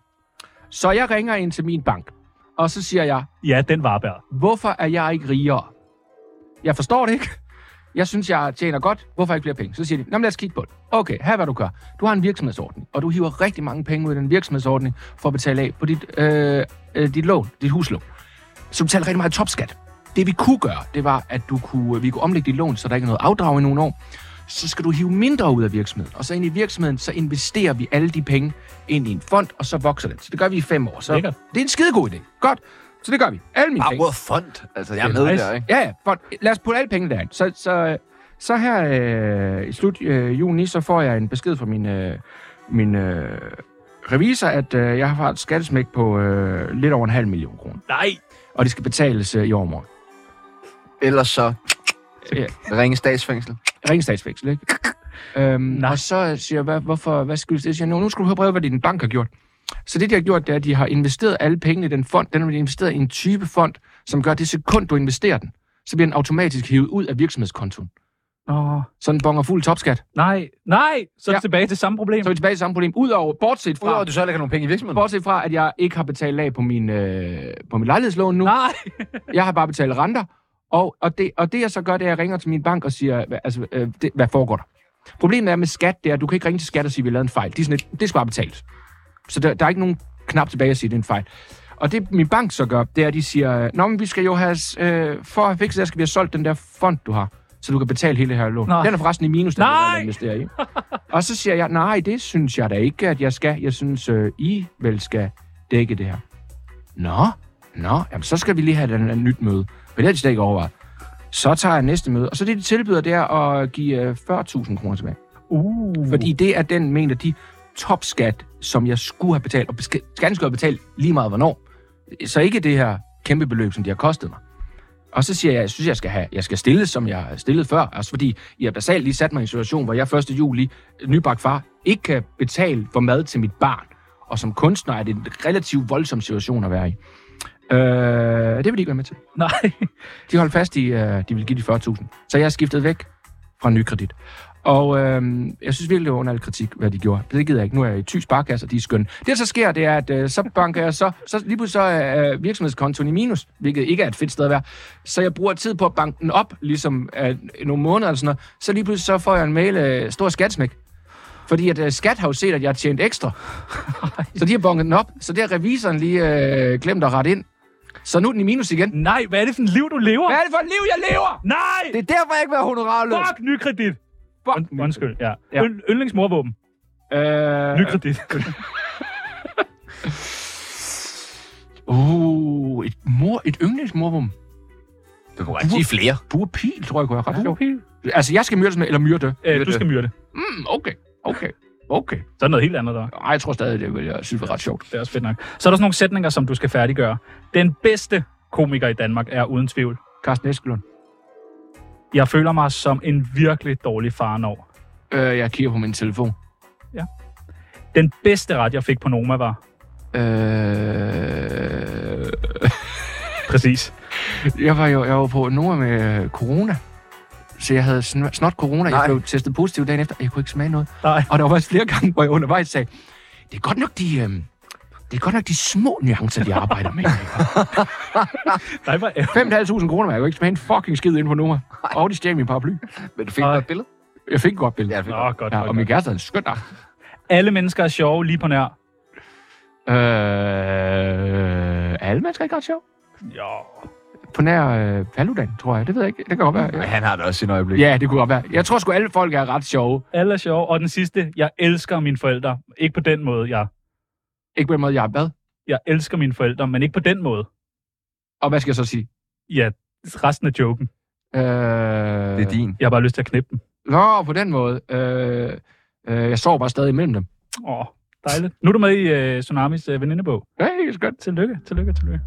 Så jeg ringer ind til min bank, og så siger jeg... Ja, den var bæret. Hvorfor er jeg ikke rigere? Jeg forstår det ikke. Jeg synes, jeg tjener godt. Hvorfor ikke flere penge? Så siger de, lad os kigge på det. Okay, her hvad du gør. Du har en virksomhedsordning, og du hiver rigtig mange penge ud af den virksomhedsordning for at betale af på dit, øh, øh, dit lån, dit huslån. Så du betaler rigtig meget topskat. Det vi kunne gøre, det var, at du kunne, vi kunne omlægge dit lån, så der ikke er noget afdrag i nogle år. Så skal du hive mindre ud af virksomheden. Og så ind i virksomheden, så investerer vi alle de penge ind i en fond, og så vokser den. Så det gør vi i fem år. Så Lækkert. det er en skidegod idé. Godt. Så det gør vi. Alle mine Bare penge. ordet fond. Altså, jeg er med nice. der, ikke? Ja, ja. Fond. Lad os putte alle penge derind. Så, så, så her øh, i slut øh, juni, så får jeg en besked fra min, øh, min øh, revisor, at øh, jeg har et skattesmæk på øh, lidt over en halv million kroner. Nej! Og det skal betales øh, i overmorgen. Ellers så Ja. Ringe Statsfængsel. Ringe Statsfængsel, ikke? Øhm, og så siger jeg, hvad, hvorfor, hvad skyldes det? Jeg siger, nu skal du høre prøve, hvad din bank har gjort. Så det, de har gjort, det er, at de har investeret alle pengene i den fond. Den har de investeret i en type fond, som gør, det sekund, du investerer den, så bliver den automatisk hævet ud af virksomhedskontoen. Åh. Så den bonger fuld topskat. Nej, nej! Så er det Ja. tilbage til samme problem. Så er vi tilbage til samme problem. Udover, bortset fra, Udover, at du så heller ikke har nogen penge i virksomheden. bortset fra, at jeg ikke har betalt af på min, øh, på min lejlighedslån nu. Nej! Jeg har bare betalt renter. Og, og, det, og det, jeg så gør, det er, at jeg ringer til min bank og siger, hvad, altså, øh, det, hvad foregår der? Problemet er med skat, det er, at du kan ikke ringe til skat og sige, at vi har lavet en fejl. De er sådan et, det skal bare betales. Så der, der er ikke nogen knap tilbage at sige, at det er en fejl. Og det, min bank så gør, det er, at de siger, nå, men vi skal jo have, øh, for at fikse det, skal vi have solgt den der fond, du har, så du kan betale hele det her lån. Nej. Den er forresten i minus, den Nej! du investerer i. Og så siger jeg, nej, det synes jeg da ikke, at jeg skal. Jeg synes, øh, I vel skal dække det her. Nå, nå, jamen så skal vi lige have et nyt møde. For det har de slet ikke overvejet. Så tager jeg næste møde, og så det, de tilbyder, det er at give fyrre tusind kroner tilbage. Uh. Fordi det er den mængde, de topskat, som jeg skulle have betalt, og skatten skulle have betalt lige meget hvornår. Så ikke det her kæmpe beløb, som de har kostet mig. Og så siger jeg, jeg synes, jeg skal, have, jeg skal stille, som jeg har stillet før. Altså fordi I har basalt lige sat mig i en situation, hvor jeg første juli, nybagt far, ikke kan betale for mad til mit barn. Og som kunstner er det en relativt voldsom situation at være i. Øh, det vil de ikke være med til. Nej. De holdt fast i, uh, de vil give de fyrre tusind. Så jeg har skiftet væk fra Nykredit. Og øh, jeg synes virkelig, det var under al kritik, hvad de gjorde. Det gider jeg ikke. Nu er jeg i Thy Sparkasse, og de er skønne. Det, der så sker, det er, at øh, så banker jeg så, så lige pludselig så er øh, virksomhedskontoen i minus, hvilket ikke er et fedt sted at være. Så jeg bruger tid på at banke den op, ligesom øh, nogle måneder eller sådan noget. Så lige pludselig så får jeg en mail, øh, stor skatsmæk. Fordi at øh, skat har jo set, at jeg har tjent ekstra. Så de har bunket den op. Så det har revisoren lige øh, glemt at rette ind. Så nu er den i minus igen. Nej, hvad er det for et liv, du lever? Hvad er det for et liv, jeg lever? Nej! Det er derfor, jeg ikke vil have honorarløn. Fuck Nykredit! Fuck. Und, undskyld, ja. Ja. Ynd, yndlingsmorvåben. Øh, Nykredit. Uh, et, mor, et yndlingsmorvum. Du kan godt sige flere. Burpil, tror jeg, kunne være ret sjovt. Okay. Altså, jeg skal myrdes med, eller myrde. Øh, du skal myrde. Mm, okay, okay, okay. Så er det noget helt andet, der. Ej, jeg tror stadig, det vil jeg synes var ret sjovt. Det er også fedt nok. Så er der sådan nogle sætninger, som du skal færdiggøre. Den bedste komiker i Danmark er uden tvivl. Carsten Eskelund. Jeg føler mig som en virkelig dårlig far når. Øh, jeg kigger på min telefon. Ja. Den bedste ret, jeg fik på Noma var... Øh... Præcis. jeg, var jo, jeg var på Noma med corona. Så jeg havde sn- snot corona. Nej. Jeg blev testet positiv dagen efter. Jeg kunne ikke smage noget. Nej. Og der var faktisk flere gange, hvor jeg undervejs sagde, det er godt nok de... Øh... Det er godt nok de små nuancer, de arbejder med. Nej, hvor fem tusind fem hundrede kroner, jeg kunne ikke smage en fucking skid ind på Noma. Og de stjal min paraply. Men du fik bare et billede? Jeg fik et godt billede. Ja, Nå, godt, godt, Ja, og godt. min kæreste havde en skøn dag. Alle mennesker er sjove lige på nær. Øh, alle mennesker er ikke ret sjov. Jo. På nær øh, Paludan, tror jeg. Det ved jeg ikke. Det kan godt være. Men han har da også sin øjeblik. Ja, det kunne godt være. Jeg tror sgu, alle folk er ret sjove. Alle er sjove. Og den sidste, jeg elsker mine forældre. Ikke på den måde, jeg. Ikke på den måde, jeg er hvad? Jeg elsker mine forældre, men ikke på den måde. Og hvad skal jeg så sige? Ja, resten af joken. Øh, Det er din. Jeg har bare lyst til at knippe dem. Nå, på den måde. Øh, øh, jeg sover bare stadig imellem dem. Åh, dejligt. Nu er du med i uh, Tsunamis uh, venindebog. Ja, det er skønt. Tillykke, tillykke, tillykke.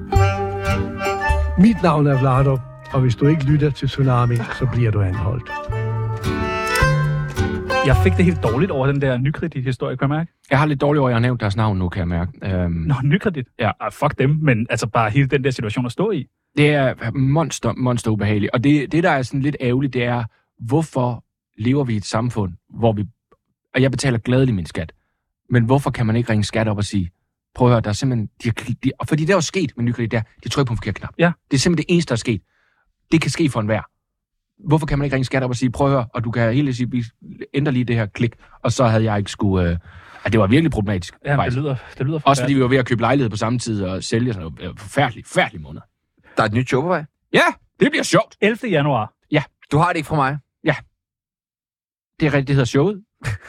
Mit navn er Vlado, og hvis du ikke lytter til Tsunami, så bliver du anholdt. Jeg fik det helt dårligt over den der nykredit-historie, kan jeg mærke. Jeg har lidt dårligt over, at jeg har nævnt deres navn nu, kan jeg mærke. Øhm, Nå, nykredit? Ja. Ah, fuck dem, men altså bare hele den der situation at stå i. Det er monster, monster ubehageligt. Og det, det, der er sådan lidt ærgerligt, det er, hvorfor lever vi i et samfund, hvor vi... Og jeg betaler gladeligt min skat. Men hvorfor kan man ikke ringe skat op og sige, prøv at høre, der er simpelthen... De, de, fordi det er jo sket med nykredit der, de trykker på en forkert knap. Ja. Det er simpelthen det eneste, der er sket. Det kan ske for enhver. Hvorfor kan man ikke ringe skat op og sige, prøv at høre, og du kan helt sige, ændre lige det her klik, og så havde jeg ikke skulle... Øh, at det var virkelig problematisk. Ja, det faktisk. lyder, det lyder Også fordi vi var ved at købe lejlighed på samme tid og sælge sådan noget. Forfærdelig, forfærdelig måned. Der er et nyt show på vej. Ja, det bliver sjovt. ellevte januar. Du har det ikke fra mig. Det er rigtigt, det hedder showet.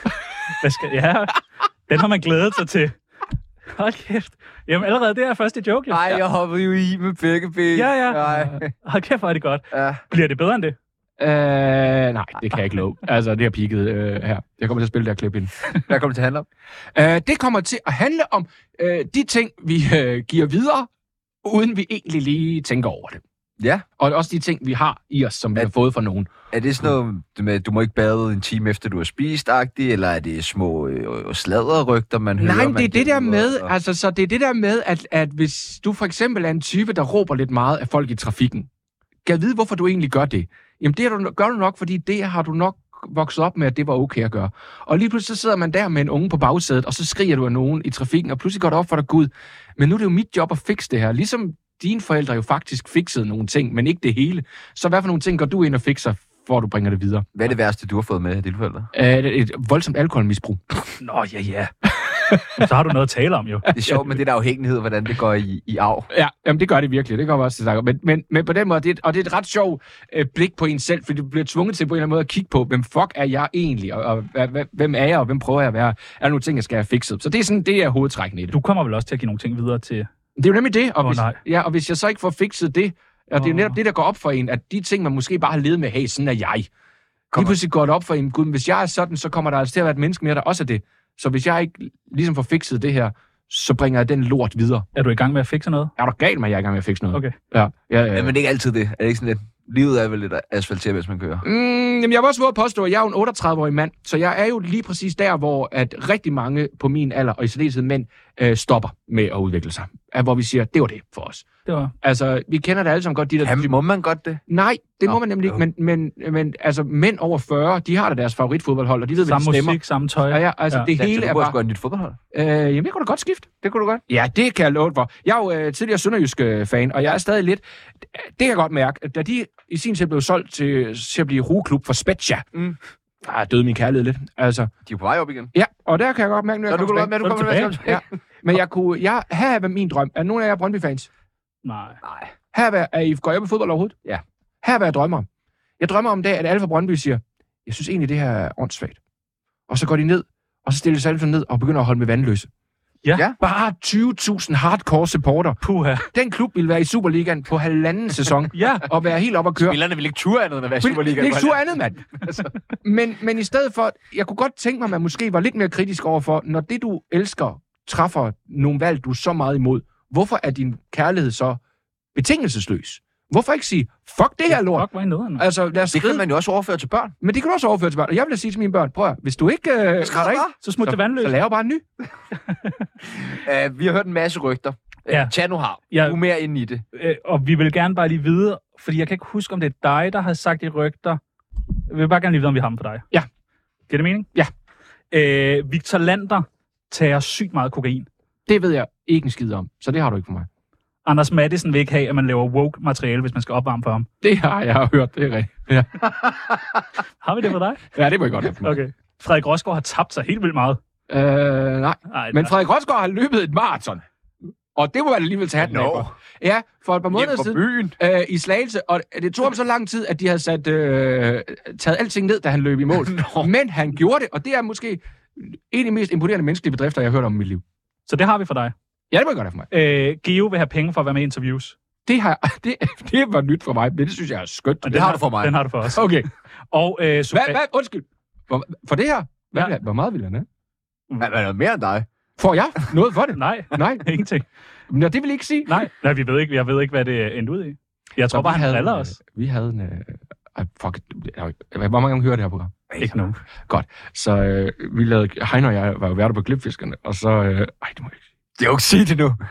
Hvad skal... Ja, den har man glædet sig til. Hold kæft. Jamen allerede, det er første joke, jo. Nej, jeg hoppede jo i med begge ben. Ja, ja. Nej. Hold kæft, hvor er det godt. Ja. Bliver det bedre end det? Øh, nej, det kan jeg ikke love. Altså, det har peaket øh, her. Jeg kommer til at spille det her klip ind. Hvad kommer det til at handle om? Øh, det kommer til at handle om øh, de ting, vi øh, giver videre, uden vi egentlig lige tænker over det. Ja. Og også de ting, vi har i os, som vi At- har fået fra nogen. Er det sådan noget med, du må ikke bade en time efter, du har spist-agtigt, eller er det små øh, sladderrygter, man hører? Nej, man det er det der giver med, videre? altså, så det er det der med, at, at hvis du for eksempel er en type, der råber lidt meget af folk i trafikken, kan vide, hvorfor du egentlig gør det. Jamen, det er du, gør du nok, fordi det har du nok vokset op med, at det var okay at gøre. Og lige pludselig så sidder man der med en unge på bagsædet, og så skriger du af nogen i trafikken, og pludselig går det op for dig, Gud, men nu er det jo mit job at fikse det her. Ligesom dine forældre jo faktisk fikset nogle ting, men ikke det hele. Så hvad for nogle ting går du ind og fikser, for du bringer det videre? Hvad er det værste, du har fået med af dine forældre? Uh, et, et voldsomt alkoholmisbrug. Nå, ja, ja. Så har du noget at tale om, jo. Det er sjovt med det der afhængighed, hvordan det går i, i arv. Ja, jamen det gør det virkelig. Det gør også til men, men, men på den måde, det er, og det er et ret sjovt øh, blik på en selv, fordi du bliver tvunget til på en eller anden måde at kigge på, hvem fuck er jeg egentlig, og, og hvad, hvem er jeg, og hvem prøver jeg at være? Er der nogle ting, jeg skal have fikset? Så det er sådan, det er hovedtrækken i det. Du kommer vel også til at give nogle ting videre til... Det er jo nemlig det, og, Åh, hvis, nej. ja, og hvis jeg så ikke får fikset det, og det er jo Åh. netop det, der går op for en, at de ting, man måske bare har levet med, hey, sådan er jeg. Lige pludselig går det op for en, gud, men hvis jeg er sådan, så kommer der altså til at være et menneske mere, der også er det. Så hvis jeg ikke ligesom får fikset det her, så bringer jeg den lort videre. Er du i gang med at fikse noget? Er du galt med, at jeg er i gang med at fikse noget? Okay. Ja, ja, ja. Ja, men det er ikke altid det. Er det ikke sådan lidt? Livet er vel lidt asfalteret, hvis man kører. Mm, jamen jeg vil også våge at påstå, at jeg er jo en otteogtredive-årig mand, så jeg er jo lige præcis der, hvor at rigtig mange på min alder, og i særdeleshed mænd, øh, stopper med at udvikle sig. At, hvor vi siger, det var det for os. Det var... Altså, vi kender det alle sammen godt, de der... Jamen, må man godt det? Nej, det Nå, må man nemlig ikke, men, men, men altså, mænd over fyrre, de har da deres favoritfodboldhold, og de ved, hvad de Samme stemmer. musik, samme tøj. Ja, ja, altså, Ja. det Ja, hele så er du burde bare... sgu have et nyt fodboldhold. Øh, jamen, jeg kunne da godt skifte. Det kunne du godt. Ja, det kan jeg love for. Jeg er jo øh, tidligere sønderjysk øh, fan, og jeg er stadig lidt... Det kan jeg godt mærke, at da de i sin tid blev solgt til, til at blive rugeklub for Spezia, Mm. der døde min kærlighed lidt. Altså, De er jo på vej op igen. ja, og der kan jeg godt mærke, når Nå, jeg du kunne kommer godt med, du Så er du kommer med. tilbage. Ja. Men jeg kunne... Jeg, her er min drøm. Er nogen af jer Brøndby-fans? Nej. Nej. Her er, hvad- er I går I op i fodbold overhovedet? Ja. Her er, hvad jeg drømmer om. Jeg drømmer om det, at alle fra Brøndby siger, jeg synes egentlig, det her er åndssvagt. Og så går de ned, og så stiller de sig alle sammen ned og begynder at holde med vandløse. Ja. Ja. Bare tyve tusind hardcore supporter. Puha. Den klub vil være i Superligaen på halvanden sæson, Ja. og være helt op at køre. Spillerne vil ikke ture andet end at være Det er Superligaen. ikke sur andet, mand. men, men i stedet for, jeg kunne godt tænke mig, at man måske var lidt mere kritisk overfor, når det, du elsker, træffer nogle valg, du er så meget imod. Hvorfor er din kærlighed så betingelsesløs? Hvorfor ikke sige, fuck det her lort? Fuck, hvor er I nederen? Altså, lad os Det kan skride. man jo også overføre til børn. Men det kan du også overføre til børn. Og jeg vil da sige til mine børn, prøv at, hvis du ikke øh, retter ikke, Så smut det vandløs. så laver bare en ny. Uh, vi har hørt en masse rygter. Uh, Ja. Chano har. Ja. Du er mere inde i det. Øh, og vi vil gerne bare lige vide, fordi jeg kan ikke huske, om det er dig, der har sagt de rygter. Vi vil bare gerne lige vide, om vi har dem for dig. Ja. Giver det mening? Ja. Øh, Victor Lander tager sygt meget kokain. Det ved jeg ikke en skid om, så det har du ikke for mig. Anders Mattesen vil ikke have, at man laver woke-materiale, hvis man skal opvarme for ham. Det har jeg hørt, det er rigtigt. Ja. Har vi det for dig? Ja, det må jeg godt have for mig. Okay. Frederik Rosgaard har tabt sig helt vildt meget. Øh, nej. Ej, Men Frederik Rosgaard har løbet et maraton. Og det må man alligevel tage hatten af for. Ja, for et par måneder siden byen. Øh, i Slagelse. Og det tog ham så lang tid, at de havde sat, øh, taget alting ned, da han løb i mål. Men han gjorde det, og det er måske en af de mest imponerende menneskelige bedrifter, jeg har hørt om i mit liv. Så det har vi for dig. Ja, det må jeg godt have for mig. Øh, Geo vil have penge for at være med i interviews. Det, har, det, det var nyt for mig, men det synes jeg er skønt. Og det har du for mig. Den har du for os. Okay. Og, øh, Hvad, Sofie... hvad, undskyld. For, for det her? Hvad, Ja. Hvor meget vil han have? Hvad er der mere end dig? Får jeg noget for det? Nej, Nej. ingenting. Nå, det vil I ikke sige. Nej, Nej vi ved ikke, jeg ved ikke, hvad det endte ud i. Jeg tror Så bare, vi han havde driller en, os. Vi havde en... Uh, fuck, hvor mange gange hører det her program? Ikke nogen. Godt. Så øh, vi lavede... Heino og jeg var jo værter på Klipfiskerne, og så... Øh, ej, det må jeg ikke sige. Det er jo ikke sige det nu.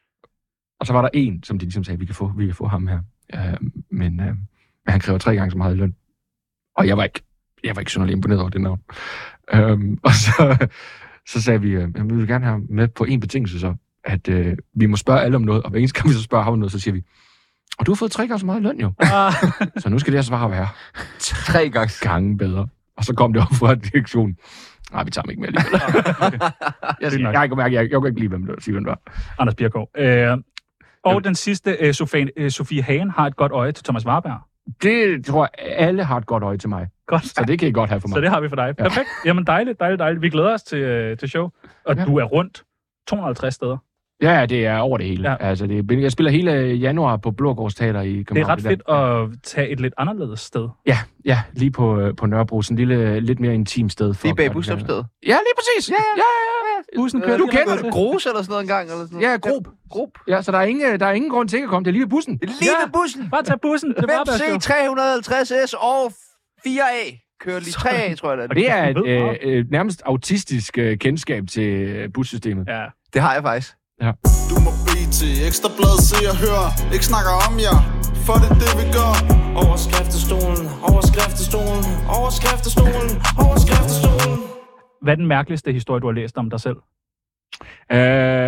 Og så var der en, som de ligesom sagde, vi kan få, vi kan få ham her. Øh, men, øh, men han kræver tre gange så meget i løn. Og jeg var ikke, jeg var ikke synderligt imponeret over det navn. Øh, og så, så sagde vi, øh, vi vil gerne have ham med på en betingelse så, at øh, vi må spørge alle om noget, og hver eneste gang vi så spørger ham om noget, så siger vi, og du har fået tre gange så meget i løn jo. Ah. Så nu skal det her svar være Tre gange. gange bedre. Og så kom det op fra direktionen. Nej, vi tager dem ikke med alligevel. Okay. jeg, siger, jeg, jeg, jeg, jeg, jeg kan ikke lide, hvem det var, sige, hvem det var. Anders Birkov. Øh, og ja. Den sidste, øh, Sofie, øh, Sofie Hagen har et godt øje til Thomas Warberg. Det tror jeg, alle har et godt øje til mig. Godt. Så det kan I godt have for mig. Så det har vi for dig. Ja. Perfekt. Jamen dejligt, dejligt, dejligt. Vi glæder os til, øh, til show. Og Ja. du er rundt to hundrede og halvtreds steder. Ja, det er over det hele. Ja. Altså, det er, jeg spiller hele januar på Blågårds Teater i København. Det er ret fedt at tage et lidt anderledes sted. Ja, ja, lige på, på Nørrebro. Sådan en lille, lidt mere intim sted. For Det er bag at gøre busstopstedet. Ja, lige præcis. Ja, ja, ja. Bussen Øh, kører. du lige kender til. det. Grus eller sådan noget engang? Eller sådan noget. Ja, Grob. Grob. Ja, så der er, ingen, der er ingen grund til ikke at komme. Det er lige ved bussen. Det er lige Ja. ved bussen. Bare tag bussen. Det er fem bare C tre hundrede og halvtreds S og fire A. Kører lige tre A, tror jeg. Og Det, det er et ved øh, meget. øh, nærmest autistisk øh, kendskab til øh, bussystemet. Ja. det har jeg faktisk. Du må bede til Ekstrabladet, se og hør. Ikke snakker om jer, for det er det vi gør. Overskriftestolen, overskriftestolen, overskriftestolen, overskriftestolen. Hvad er den mærkeligste historie, du har læst om dig selv? Øh,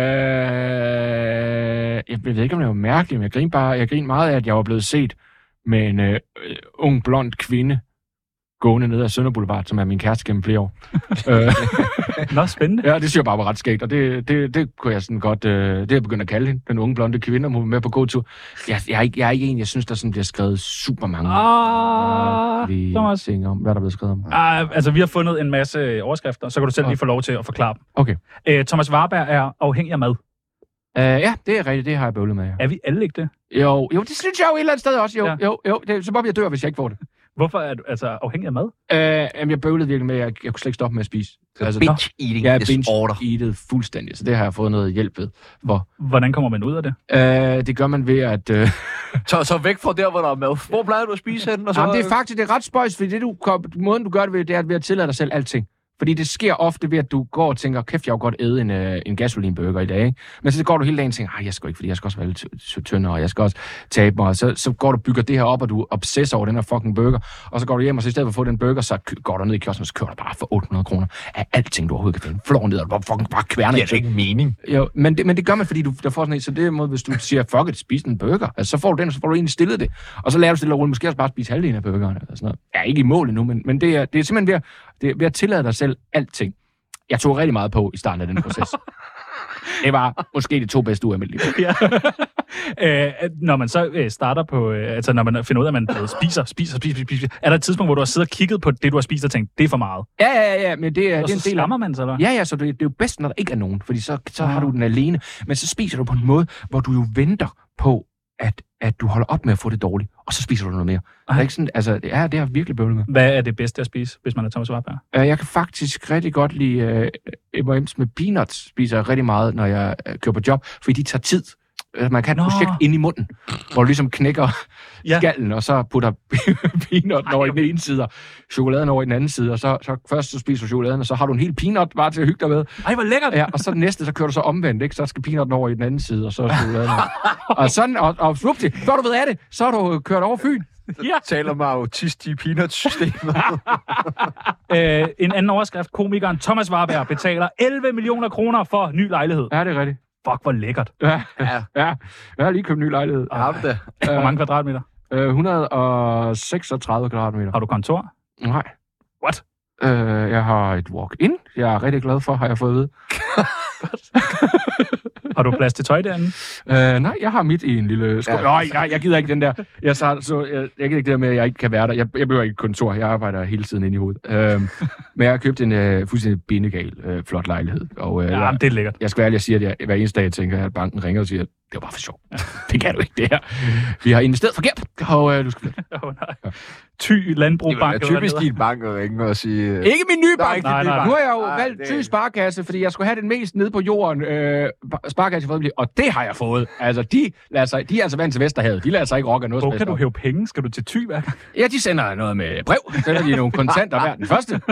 jeg ved ikke, om det var mærkeligt, men jeg griner bare, jeg griner meget af, at jeg var blevet set med en øh, ung, blond kvinde gående ned ad Sønder Boulevard, som er min kæreste gennem flere år. øh, Nå, spændende. ja, det synes jeg bare var ret skægt, og det, det, det kunne jeg sådan godt, øh, det er jeg begyndt at kalde hende, den unge, blonde kvinde, om hun var med på gåtur. Jeg, jeg, er ikke, jeg er ikke en, jeg synes, der sådan bliver skrevet super mange Ah, mærkelige Thomas. ting om, hvad der er blevet skrevet om. Ah, altså, vi har fundet en masse overskrifter, så kan du selv lige få lov til at forklare dem. Okay. Øh, Thomas Warberg er afhængig af mad. Uh, ja, det er rigtigt, det har jeg bøvlet med, ja. Er vi alle ikke det? Jo, jo, det synes jeg jo et eller andet sted også, jo, Ja. jo, jo, det er som om jeg dør, hvis jeg ikke får det. Hvorfor er du altså afhængig af mad? Uh, jamen, jeg bøvlede virkelig med, at jeg, jeg kunne slet ikke stoppe med at spise. Altså, Binge eating jeg er disorder. binge-eatet fuldstændig, så det har jeg fået noget hjælp ved. For. Hvordan kommer man ud af det? Uh, det gør man ved, at... Uh, Så, så væk fra der, hvor der er mad. Hvor plejer du at spise henne? Og så... jamen, det er faktisk det er ret spøjs, fordi det, du, måden, du gør det ved, det er ved at tillade dig selv alting. Fordi det sker ofte ved, at du går og tænker, kæft, jeg har godt æde en, øh, en gasolinburger i dag, ikke? Men så går du hele dagen og tænker, nej, jeg skal ikke, fordi jeg skal også være lidt tyndere, og jeg skal også tabe mig. Og så, så går du og bygger det her op, og du obsesser over den her fucking burger. Og så går du hjem, og så i stedet for at få den burger, så går du ned i kiosken, og så kører du bare for otte hundrede kroner af alting, du overhovedet kan finde. Flår ned, og du bare fucking bare kværner. Det giver ikke mening. Jo, men det, men det gør man, fordi du der får sådan en, så det er måde, hvis du siger, fuck it, spis en burger, altså, så får du den, og så får du egentlig stillet det. Og så lærer du stille og roligt, måske også bare spise halvdelen af burgeren, eller sådan noget. Jeg er ikke i mål endnu, men, men det, er, det er simpelthen ved at, det er ved at tillade dig selv alting. Jeg tog rigtig meget på i starten af den proces. Det var måske de to bedste uger af mit liv. Ja. øh, når man så øh, starter på, øh, altså når man finder ud af, at man øh, spiser, spiser, spiser, spiser, er der et tidspunkt, hvor du har siddet og kigget på det, du har spist og tænkt, det er for meget? Ja, ja, ja, men det er, Og det er så en del af... skammer man sig, eller? Ja, ja, så det, det er jo bedst, når der ikke er nogen, fordi så, så har Ah. du den alene. Men så spiser du på en måde, hvor du jo venter på, at, at du holder op med at få det dårligt, og så spiser du noget mere. Det er ikke sådan, altså, det er, det er virkelig bøvlet med. Hvad er det bedste at spise, hvis man er Thomas Warberg? Uh, jeg kan faktisk rigtig godt lide uh, M og M's med peanuts, spiser jeg rigtig meget, når jeg uh, kører på job, fordi de tager tid. Uh, man kan have et Nå. projekt ind i munden, hvor du ligesom knækker Ja. skallen, og så putter peanut over i den ene side, og chokoladen over i den anden side, og så, så først så spiser du chokoladen, og så har du en hel peanut bare til at hygge dig med. Ej, hvor lækkert! Ja, og så den næste, så kører du så omvendt, ikke? Så skal peanuten over i den anden side, og så er chokoladen over. Og sådan, og, og svupti, før du ved af det, så er du kørt over Fyn. Ja. Taler med autist i peanut-systemet. øh, en anden overskrift. Komikeren Thomas Warberg betaler elleve millioner kroner for ny lejlighed. Ja, det er rigtigt. Fuck, hvor lækkert. Ja, Ja. ja. Jeg har lige købt en ny lejlighed. Har du det? Hvor mange kvadratmeter? Øh, et hundrede og seksogtredive kvadratmeter. Har du kontor? Nej. What? Øh, jeg har et walk-in. Jeg er rigtig glad for, har jeg fået at vide. Har du plads til tøj derinde? Øh, nej, jeg har mit i en lille skole. Ja. Nej, nej, jeg gider ikke den der. Jeg, så, så, jeg, jeg gider ikke det der med, at jeg ikke kan være der. Jeg, jeg behøver ikke et kontor. Jeg arbejder hele tiden inde i hovedet. Øh, men jeg har købt en øh, fuldstændig bindegal øh, flot lejlighed. Og, øh, ja, jeg, det er lækkert. Jeg skal være ærlig at sige, at jeg hver eneste dag tænker, at banken ringer og siger, det var bare for sjov. Det kan du ikke, det her. Vi har investeret forkert, og øh, du skal flytte. Åh, oh, nej. Ja. Ty Landbrugbank. Det er typisk din bank at ringe og sige... Øh... Ikke min nye bank. Nej, nej, nej. Nu har jeg jo nej, valgt Ty Sparkasse, fordi jeg skulle have den mest nede på jorden øh, Sparkasse for og det har jeg fået. Altså, de, lader sig, de er altså vant til Vesterhavet. De lader sig ikke rokke af noget. Hvor kan du hæve penge? Skal du til Ty hver gang? Ja, de sender noget med brev. Så sender de nogle kontanter hver den første.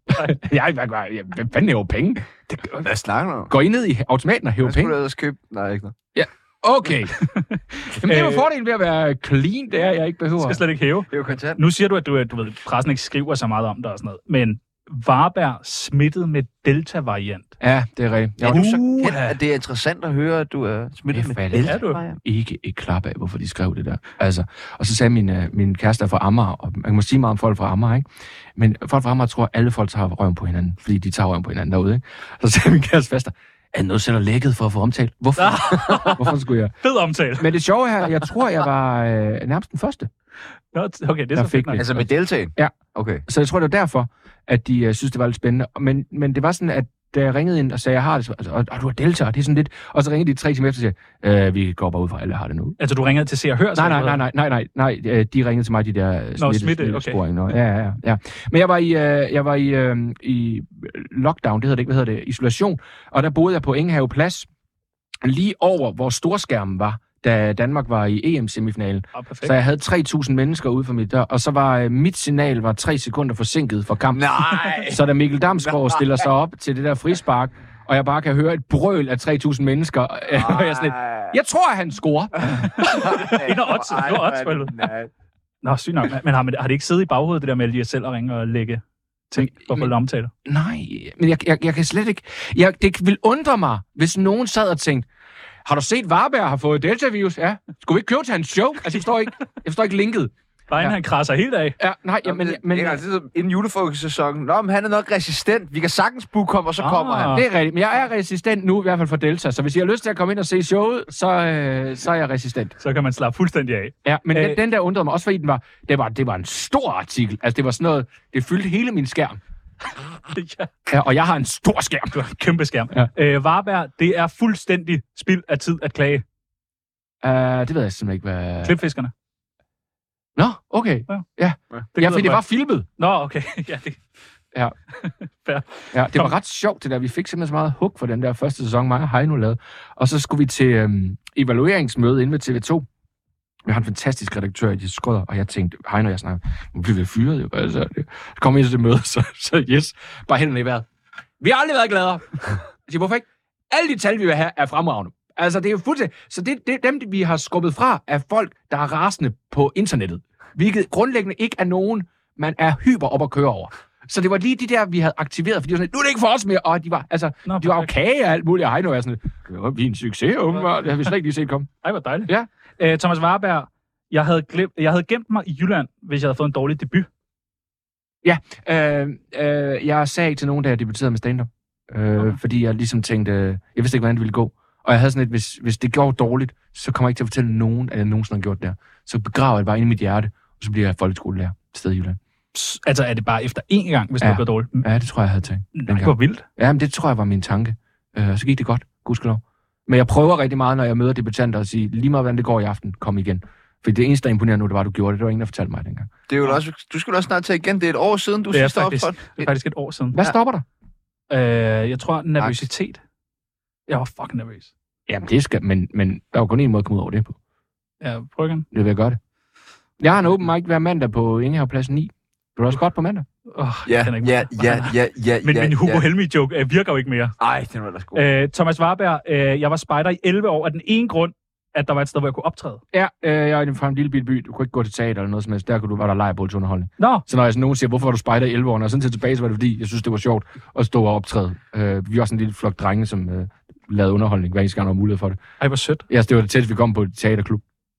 jeg, jeg, jeg, hvem fanden hæver penge? Det, Hvad snakker du? Går I ned i automaten og hæver penge? Jeg skulle ellers købe... Nej, ikke noget. Ja. Okay. Jamen, det er jo fordelen ved at være clean, det er, jeg ikke behøver. Du skal slet ikke hæve. Det er jo kontant. Nu siger du, at du, du ved, pressen ikke skriver så meget om det og sådan noget, men Varberg smittet med Delta-variant. Ja, det er rigtigt. Er du så kendt, at det er interessant at høre, at du er smittet det med Delta-variant? Ikke et klap af, hvorfor de skrev det der. Altså, og så sagde min, uh, min kæreste fra Amager, og man må sige meget om folk fra Amager, ikke? Men folk fra Amager tror, at alle folk tager røven på hinanden, fordi de tager røven på hinanden derude, ikke? Så sagde min kæreste faster, er noget selv lækket for at få omtalt? Hvorfor? Hvorfor skulle jeg? Fed omtale. Men det sjove her, jeg tror, jeg var øh, nærmest den første. Okay, det er så fedt. Altså med Deltaen? Ja. Okay. Så jeg tror, det var derfor, at de uh, synes, det var lidt spændende. Men, men det var sådan, at da jeg ringede ind og sagde, jeg har det, så, altså, og, og du har Delta, og det er sådan lidt... Og så ringede de tre timer efter og sagde, øh, vi går bare ud fra, alle har det nu. Altså, du ringede til Se og Hør? Nej, nej, nej, nej, nej, nej, nej, de ringede til mig, de der smitte, smitte, smittesporing. Okay. Ja, ja, ja. Men jeg var i, øh, jeg var i, øh, i lockdown, det hedder det ikke, hvad hedder det, isolation, og der boede jeg på Engehave Plads, lige over, hvor storskærmen var, da Danmark var i E M-semifinalen. Oh, så jeg havde tre tusind mennesker ude for mit dør, og så var øh, mit signal var tre sekunder forsinket for kampen. Nej! Så da Mikkel Damsgaard stiller sig op til det der frispark, og jeg bare kan høre et brøl af tre tusind mennesker, og jeg sådan lidt, jeg tror, at han scorer. Det er odds, det er odds, vel? Nå, sygt nok. Men har, har det ikke siddet i baghovedet, det der med lige at selv at ringe og lægge ting for at få omtaler? Nej, men jeg, jeg, jeg kan slet ikke... Jeg, det vil undre mig, hvis nogen sad og tænkte, har du set, Varberg har fået Delta-virus? Ja. Skulle vi ikke købe til hans show? Altså, jeg forstår ikke, jeg forstår ikke linket. Bare inden ja. han krasser helt af. Ja, nej, ja, men... men, men det er altid inden julefrokostsæsonen. Nå, men han er nok resistent. Vi kan sagtens booke ham, og så ah. kommer han. Det er rigtigt, men jeg er resistent nu, i hvert fald for Delta. Så hvis I har lyst til at komme ind og se showet, så, øh, så er jeg resistent. Så kan man slappe fuldstændig af. Ja, men Æh... den, den der undrede mig også, fordi den var, det var, det var en stor artikel. Altså, det var sådan noget... Det fyldte hele min skærm. ja. ja. Og jeg har en stor skærm. Du har en kæmpe skærm. Ja. Øh, Varberg, det er fuldstændig spild af tid at klage. Uh, det ved jeg simpelthen ikke, hvad... Klipfiskerne. Nå, okay. Ja, ja. Det ja fordi det var filmet. Nå, okay. ja, det... Ja. ja, det var ret sjovt, det der. Vi fik simpelthen så meget hug for den der første sæson, mig og Heino lavede. Og så skulle vi til øhm, evalueringsmøde inde ved T V to. Vi har en fantastisk redaktør i de skrøder, og jeg tænkte, Heino og jeg snakker, nu bliver vi fyret jo. Altså, så kom ind til det møde, så, så yes, bare hænderne i vejret. Vi har aldrig været gladere. Jeg siger, hvorfor ikke? Alle de tal, vi vil have, er fremragende. Altså, det er jo fuldstændig... Så det, det er dem, vi har skubbet fra, af folk, der er rasende på internettet. Hvilket grundlæggende ikke er nogen, man er hyper op at køre over. Så det var lige de der, vi havde aktiveret, fordi de var sådan, nu er det ikke for os mere. Og de var, altså, Nå, de var jo kage og alt muligt. Og Heino er sådan, det var en succes, åbenbart. Det har vi slet ikke lige set komme. Ej, hvor dejligt. Ja. Æ, Thomas Warberg, jeg havde, glemt, jeg havde gemt mig i Jylland, hvis jeg havde fået en dårlig debut. Ja, øh, øh, jeg sagde ikke til nogen, da jeg debuterede med stand-up. Øh, okay. Fordi jeg ligesom tænkte, øh, jeg vidste ikke, hvordan det ville gå. Og jeg havde sådan et, hvis, hvis det går dårligt, så kommer jeg ikke til at fortælle nogen, at jeg nogensinde har gjort det. Så begraver jeg det bare inde i mit hjerte, og så bliver jeg folkeskolelærer et sted i Jylland. Altså, er det bare efter én gang, hvis ja. det går dårligt? Ja, det tror jeg, jeg havde tænkt. Nej, hvor vildt. Ja, men det tror jeg var min tanke. Øh, så gik det godt, gudskelov. Men jeg prøver rigtig meget, når jeg møder debutanter, at sige, lige meget hvordan det går i aften, kom igen. For det eneste, der imponerer nu, det var, at du gjorde det. Det var ingen, der fortalte mig dengang. Det er jo også, du skulle også snart tage igen. Det er et år siden, du sidst optrådte. Det er faktisk et år siden. Hvad stopper dig? Øh, jeg tror, nervøsitet. Jeg var fucking nervøs. Jamen, det skal, men, men der var kun en måde at komme ud over det på. Ja, prøv igen. Det vil jeg gøre det. Jeg har en open mic hver mandag på Ingehavepladsen ni. Du er også godt på mandag. Oh, ja, ja, ja, ja, ja, Men ja, min Hugo ja. Helmig-joke øh, virker jo ikke mere. Nej, det var da sgu. Øh, Thomas Warberg, øh, jeg var spejder i elleve år af den ene grund, at der var et sted, hvor jeg kunne optræde. Ja, øh, jeg er fra en lille by. Du kunne ikke gå til teater eller noget som helst. Der kunne du, var der lejrbålsunderholdning. Nå. Så når jeg sådan nogen siger, hvorfor var du spejder i elleve år? Og sådan til tilbage, så var det fordi, jeg synes, det var sjovt at stå og optræde. Øh, vi var sådan en lille flok drenge, som øh, lavede underholdning, hver eneste gang der var mulighed for det. Ej, hvor sødt. Ja, det var det tætteste, vi kom på et teaterklub.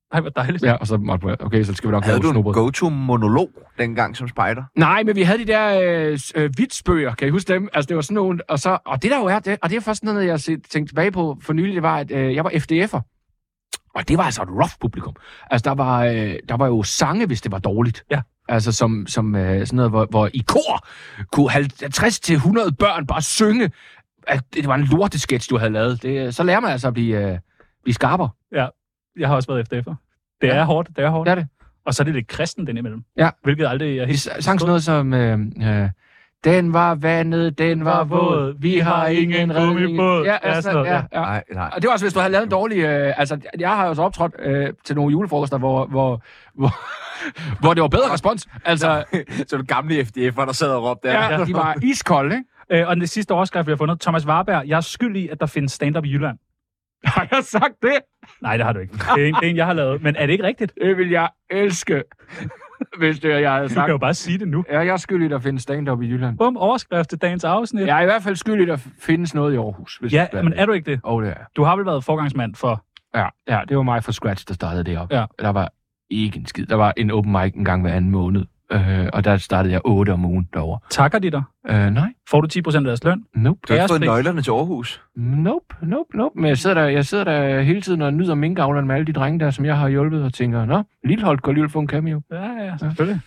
Ej, hvor dejligt. Ja, og så måtte jeg, okay, så skal vi nok Havde lave du en snobrød. go-to-monolog dengang som spejder? Nej, men vi havde de der øh, øh, vitsbøger, kan I huske dem? Altså, det var sådan nogle, og så, og det der jo er, det, og det er først noget, jeg har tænkt tilbage på for nylig, det var, at øh, jeg var F D F'er. Og det var altså et rough publikum. Altså, der var, øh, der var jo sange, hvis det var dårligt. Ja. Altså, som, som øh, sådan noget, hvor, hvor i kor kunne halvtreds til hundrede børn bare synge, at det var en lortesketch, du havde lavet. Det, så lærer man altså at blive, øh, blive skarpere. Ja, jeg har også været F D F'er. Det er Ja. hårdt, det er hårdt. Det er det. Og så er det lidt kristen den imellem. Ja. Hvilket aldrig er De helt... sang sådan noget som... Øh, øh, den var vandet, den var våd, vi har ingen redning. båd. Ja, Ja, altså, sådan noget, ja, ja. ja. Nej, nej. Og det var også, hvis du havde lavet en dårlig... Øh, altså, jeg har jo så optrådt øh, til nogle julefrokoster, hvor, hvor, hvor, hvor det var bedre respons. Altså, Så du gamle F D F'er, der sad og råbte der. ja, de var iskolde, ikke? Øh, og den sidste overskrift, vi har fundet. Thomas Warberg, jeg er skyld i, at der findes stand-up i Jylland. Har jeg sagt det? Nej, det har du ikke. Det er en, det er en jeg har lavet. Men er det ikke rigtigt? Det vil jeg elske, hvis det jeg havde Du sagt. kan jo bare sige det nu. Ja, jeg er skyldig, at der findes stand-up i Jylland. Bum, overskrift til dagens afsnit. Jeg er i hvert fald skyldig, at der findes noget i Aarhus. Hvis Ja, det men er du ikke det? Åh, oh, det er. Du har vel været forgangsmand for... Ja, ja, det var mig fra scratch, der startede det op. Ja. Der var ikke en skid. Der var en open mic en gang hver anden måned, øh, og der startede jeg otte om ugen derovre. Takker de dig? Øh, nej, Får du ti procent af deres løn? nope. Du har ikke fået Ærespris. nøglerne til Aarhus. Nope, nope, nope. Men jeg sidder der, jeg sidder der hele tiden og nyder minkavlerne med alle de drenge der, som jeg har hjulpet, og tænker, nå, Lilleholdt går lige få en cameo. Ja, ja, selvfølgelig.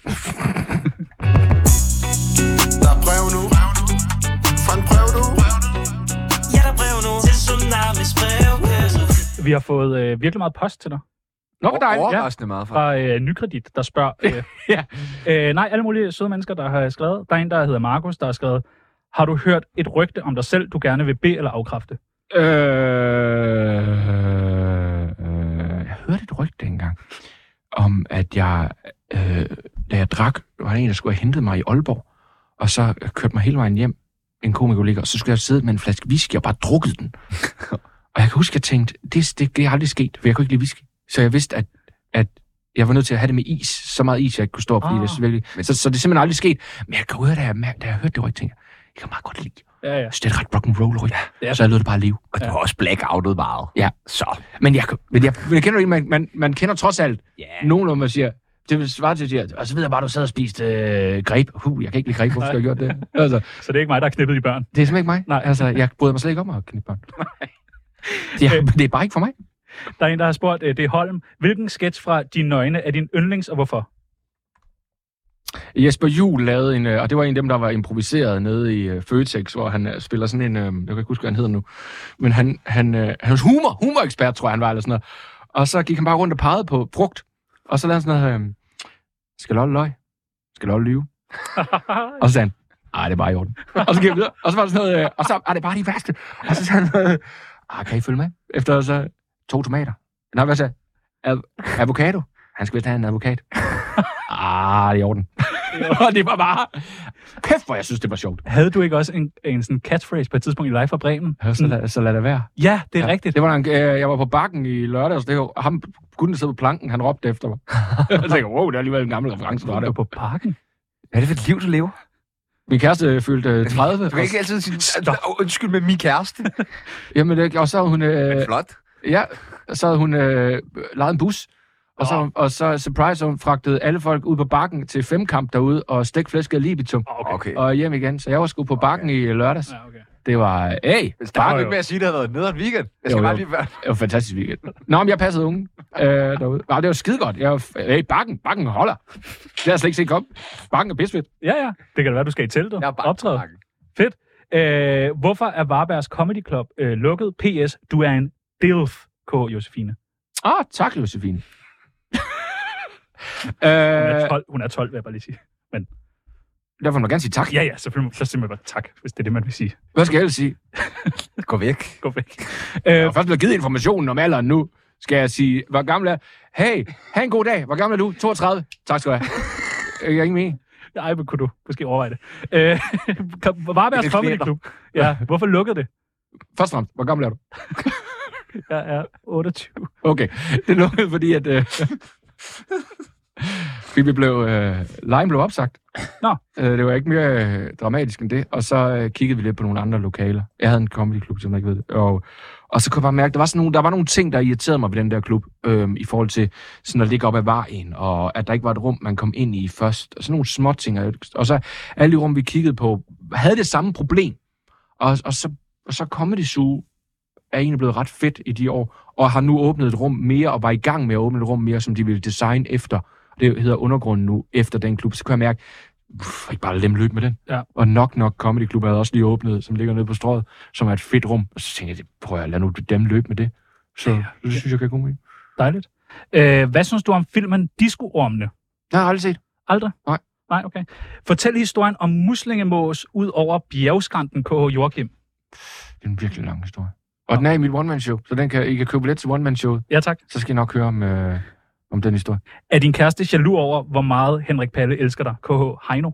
Der er brev nu. Fra en brev nu. Ja, der er brev nu til Tsunamis brevkasse. Vi har fået øh, virkelig meget post til dig. Nå, hvor dejligt. Ja. Overraskende meget fra. Fra øh, Nykredit, der spørger... Øh, Ja. øh, nej, alle mulige søde mennesker, der har skrevet. Der er en, der hedder Markus, der har skrevet, har du hørt et rygte om dig selv, du gerne vil bede eller afkræfte? Øh, øh, jeg hørte et rygte engang, om at jeg, øh, da jeg drak, var der en, der skulle have hentet mig i Aalborg, og så kørte mig hele vejen hjem, en komikerkollega, og så skulle jeg sidde med en flaske whisky og bare drukket den. Og jeg kan huske, at jeg tænkte, det, det, det er aldrig sket, for jeg kunne ikke lide whisky. Så jeg vidste, at, at jeg var nødt til at have det med is, så meget is, jeg ikke kunne stå op, fordi Ah. det er virkelig... Så, så det er simpelthen aldrig sket. Men jeg kan ud af, da jeg, da jeg hørte det rygte, tænkte jeg, jeg kan meget godt lide. Ja, ja. Så det er et ret rock'n'roll rygte. det er Så jeg lød det bare leve. Og du har også blackoutet meget. Ja. Så. Men jeg, men jeg, men jeg kender ikke, man, man, man kender trods alt Ja. nogen, når man siger, det vil svare til, at siger, og så ved jeg bare, at du sad og spiste øh, greb. Uh, jeg kan ikke lide greb, hvorfor skal jeg have gjort det? Altså, Så det er ikke mig, der har knippet de børn. det er simpelthen ikke mig. Nej. Altså, jeg bryder mig slet ikke om at knippe børn. Det er, det er bare ikke for mig. Der er en, der har spurgt, øh, det er Holm. Hvilken sketch fra Dine Nøgne er din yndlings, og hvorfor? Jesper Juhl lavede en, øh, og det var en af dem, der var improviseret nede i øh, Føtex, hvor han øh, spiller sådan en, øh, jeg kan ikke huske, hvad han hedder nu, men han, han, øh, han var humor, humorekspert, tror jeg, han var, eller sådan noget. Og så gik han bare rundt og pegede på frugt, og så lavede han sådan noget, øh, skal Lolle løg? Skal Lolle lyve? Og så sagde han, ej, det er bare i orden. Og så gik jeg videre, og så var det sådan noget, øh, og så er det bare de værste. Og så sagde han, øh, ah, kan I følge med? Efter så to tomater. Nej, hvad sagde jeg? Ad- avocado? Han skal vist have en advokat. Ah, det er i orden. Og det var bare... Kæft, hvor jeg synes, det var sjovt. Havde du ikke også en, en sådan catchphrase på et tidspunkt i Live fra Bremen? Så lad, så lad det være. Ja, det er ja. rigtigt. Det var en, øh, jeg var på bakken i lørdags, det var ham, gutten, der sad på planken, han råbte efter mig. Jeg tænkte, wow, det er alligevel en gammel reference, der var Du der. var på parken. Hvad er det for et liv, du lever? Min kæreste fyldte øh, tredive. Du kan ikke altid sige, Stop. "Åh, undskyld med min kæreste. Jamen, det, og så havde hun... Øh, Flot. ja, så havde hun øh, lejet en bus. Og så, og så surprise, hun fragtede alle folk ud på bakken til femkamp derude, og stik flæsket libitum, Okay. Okay. og hjem igen. Så jeg var sgu på bakken okay. i lørdags. Ja, okay. Det var, hey, Start Jo, ikke jo. med at sige, at det havde været nederen weekend. Jeg skal Jo, bare jo. lige være... det var en fantastisk weekend. Nå, men jeg passede unge øh, derude. Nej, det var skide godt. Jeg var, hey, bakken, bakken holder. Det har jeg slet ikke set komme. Bakken er pisfedt. Ja, ja. Det kan da være, du skal i teltet. Jeg er bare Optræde. Fedt. Øh, hvorfor er Varbergs Comedy Club øh, lukket? P S. Du er en dilf, K. Josefine. Ah, tak, Josefine. Hun er øh, tolv, hun er tolv, vil jeg bare lige sige. derfor må du gerne sige tak. Ja, ja, selvfølgelig. Så simpelthen bare tak, hvis det er det, man vil sige. Hvad skal jeg ellers sige? Gå væk. Gå væk. Jeg Øh, har først blevet givet informationen om alderen nu. Skal jeg sige, hvor gammel er Hey, have en god dag. Hvor gammel er du? toogtredive. Tak skal du have. Jeg er ikke med. ej, men kunne du måske overveje det. Øh, Varbergs Det Comedy flere. Club. Ja, hvorfor lukkede det? Først og fremmest, hvor gammel er du? Jeg er otteogtyve. Okay, det lukkede, fordi at... Øh, vi blev... Øh, lejen blev opsagt. Nå. Øh, det var ikke mere øh, dramatisk end det. Og så øh, kiggede vi lidt på nogle andre lokaler. Jeg havde en comedy klub, som jeg ikke ved det. Og, Og så kunne jeg bare mærke, der var, sådan nogle, der var nogle ting, der irriterede mig ved den der klub, øhm, i forhold til sådan at ligge op ad vejen, og at der ikke var et rum, man kom ind i først. Og sådan nogle små ting. Og så alle de rum, vi kiggede på, havde det samme problem. Og, og, så, og så Comedy Zoo er egentlig blevet ret fedt i de år, og har nu åbnet et rum mere, og var i gang med at åbne et rum mere, som de ville designe efter. Det hedder Undergrunden nu, efter den klub. Så kunne jeg mærke, uff, ikke bare lade dem løbe med den. Ja. Og Nok Nok Comedy Club havde også lige åbnet, som ligger nede på Strøget, som er et fedt rum. Og så tænkte jeg, prøv at lade nu dem løbe med det. Så ja, det synes jeg kan gå med. Dejligt. Øh, hvad synes du om filmen Disco-ormene? Jeg har aldrig set. Aldrig? Nej. Nej, okay. Fortæl historien om muslingemås ud over bjergskrænten K H Joachim. Det er en virkelig lang historie. Og den er i mit one-man-show, så den kan, I kan købe lidt til one-man-show. Ja, tak. Så skal I nok høre om, øh, om den historie. Er din kæreste jaloux over, hvor meget Henrik Palle elsker dig? K H Heino?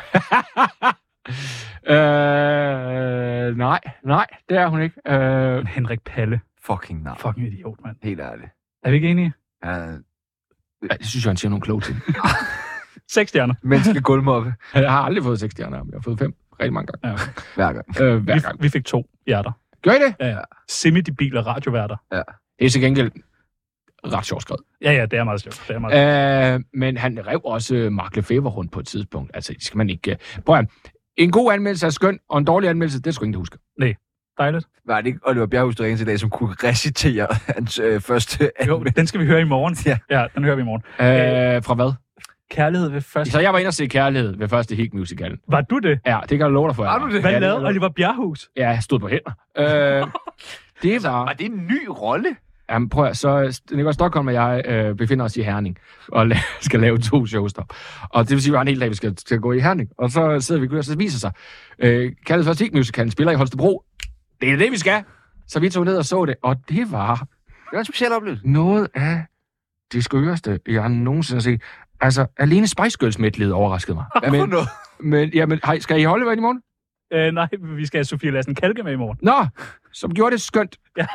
øh, nej, nej, det er hun ikke. Øh... Henrik Palle. Fucking nej. Fucking idiot, mand. Helt ærligt. Er vi ikke enige? Ja. Ja, det synes jeg, han siger nogle kloge ting. Seks stjerner. Menneskelig gulvmoppe. Jeg har aldrig fået seks stjerner. Jeg har fået fem. Rigtig mange gange. Ja, okay. Hver gang. Øh, hver vi, gang. vi fik to hjerter. Gør I det? Ja, ja. Semi-debil og radioværter. Ja. Det er til gengæld ret sjovt skrevet. Ja, ja, det er meget sjovt. Det er meget øh, men han rev også Mark Lefebvre rundt på et tidspunkt. Altså, det skal man ikke... Prøv at, en god anmeldelse er skøn, og en dårlig anmeldelse, det skal ingen huske. Nej, dejligt. Var det ikke Oliver Bjerghus, der ringede til i dag, som kunne recitere hans øh, første anmeldelse? Jo, den skal vi høre i morgen. Ja, ja den hører vi i morgen. Øh, fra hvad? Kærlighed ved første... Så jeg var inde og se Kærlighed ved første Hik Musical. Var du det? Ja, det kan jeg love dig for. Var du det? Hvad ja, lavede det Oliver Bjerghus? Ja, jeg stod på hænder. øh, det var... Var det en ny rolle? Jamen prøv at, så Nikolaj Stockholm og jeg øh, befinder os i Herning, og la- skal lave to shows der. Og det vil sige, at vi har en hel dag, vi skal, skal gå i Herning. Og så sidder vi og så viser sig, øh, Kærlighed første Hik Musical spiller i Holstebro. Det er det, vi skal. Så vi tog ned og så det, og det var... Det var en speciel oplevelse. Noget af det skøreste, jeg nogensinde har set. Altså, alene Spice Girls medleyet overraskede mig. men, men, jamen, hej, skal I holde i morgen? Øh, nej, vi skal have Sofie Lassen Kalke med i morgen. Nå, som gjorde det skønt. Ja.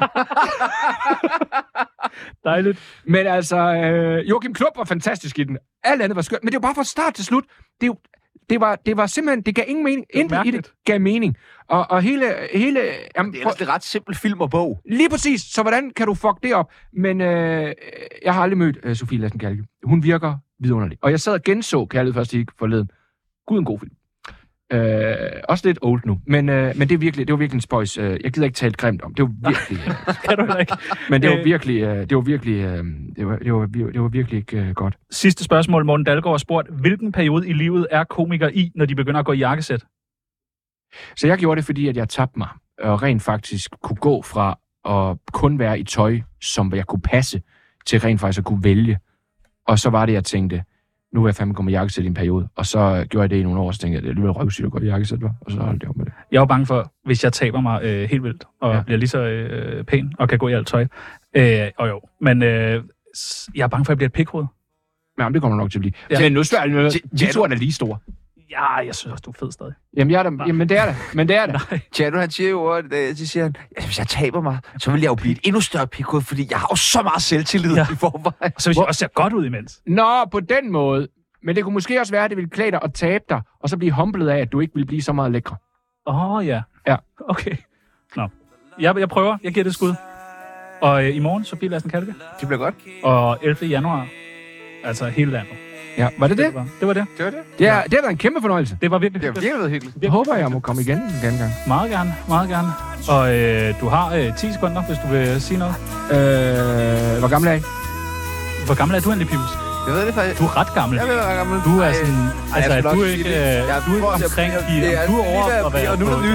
Dejligt. Men altså, øh, Joachim Klub var fantastisk i den. Alt andet var skønt. Men det var bare fra start til slut. Det, jo, det, var, det var simpelthen, det gav ingen mening. Intet i det gav mening. Og, og hele... hele jamen, det er ellers ret simpel film og bog. Lige præcis. Så hvordan kan du fuck det op? Men øh, jeg har aldrig mødt øh, Sofie Lassen Kalke. Hun virker vidunderligt. Og jeg sad og genså Kærlighed første Hik forleden. Gud, en god film. Øh, også lidt old nu, men, øh, men det, er virkelig, det var virkelig en spøjs. Øh, jeg gider ikke tale grimt om. Det var virkelig... Øh, kan du ikke? Men det var virkelig... Øh, det var virkelig... Øh, det, var, det, var, det var virkelig ikke øh, godt. Sidste spørgsmål. Morten Dalgaard har spurgt, hvilken periode i livet er komikere i, når de begynder at gå i jakkesæt? Så jeg gjorde det, fordi at jeg tabte mig, og rent faktisk kunne gå fra at kun være i tøj, som jeg kunne passe, til rent faktisk at kunne vælge. Og så var det, jeg tænkte, nu vil jeg fandme gå med jakkesæt i en periode. Og så gjorde jeg det i nogle år, så tænkte jeg, det er alligevel røvsygt at gå i jakkesæt, var. Og så holdt jeg op med det. Jeg var bange for, hvis jeg taber mig øh, helt vildt, og ja. bliver lige så øh, pæn, og kan gå i alt tøj. Øh, og jo, men øh, jeg er bange for, at jeg bliver et pikhoved. Jamen, det kommer nok til at blive. Ja. Men nu spørger jeg, de to er da lige store. Ja, jeg synes også, du er fed stadig. Jamen, jeg er der, jamen det er det. Men det er det. Tjano, han siger jo, at så siger han, ja, hvis jeg taber mig, så vil jeg jo blive et endnu større pikhoved, fordi jeg har jo så meget selvtillid ja. i forvejen. Og så hvis jeg også ser godt ud imens. Nå, på den måde. Men det kunne måske også være, at det ville klæde dig og tabe dig, og så blive humblet af, at du ikke ville blive så meget lækre. Åh, oh, ja. Ja. Okay. Nå. Jeg, jeg prøver. Jeg giver det skud. Og øh, i morgen, Sofie Lassen Kalke. Det bliver godt. Og ellevte januar. Altså hele landet. Ja, var det det? Det var det. Var det. Det var det. Det har ja. været en kæmpe fornøjelse. Det var virkelig hyggeligt. Det har virkelig været hyggeligt. Jeg håber, jeg må komme igen en gang. Meget gerne, meget gerne. Og øh, du har øh, ti sekunder, hvis du vil sige noget. Øh, hvor gammel er I? Hvor gammel er du egentlig, Pibus? Jeg ved det faktisk. Du er ret gammel. Jeg ved, jeg er gammel. Du er sådan... Ej, altså, du er ikke... Øh, du er omkring... Du er over at være...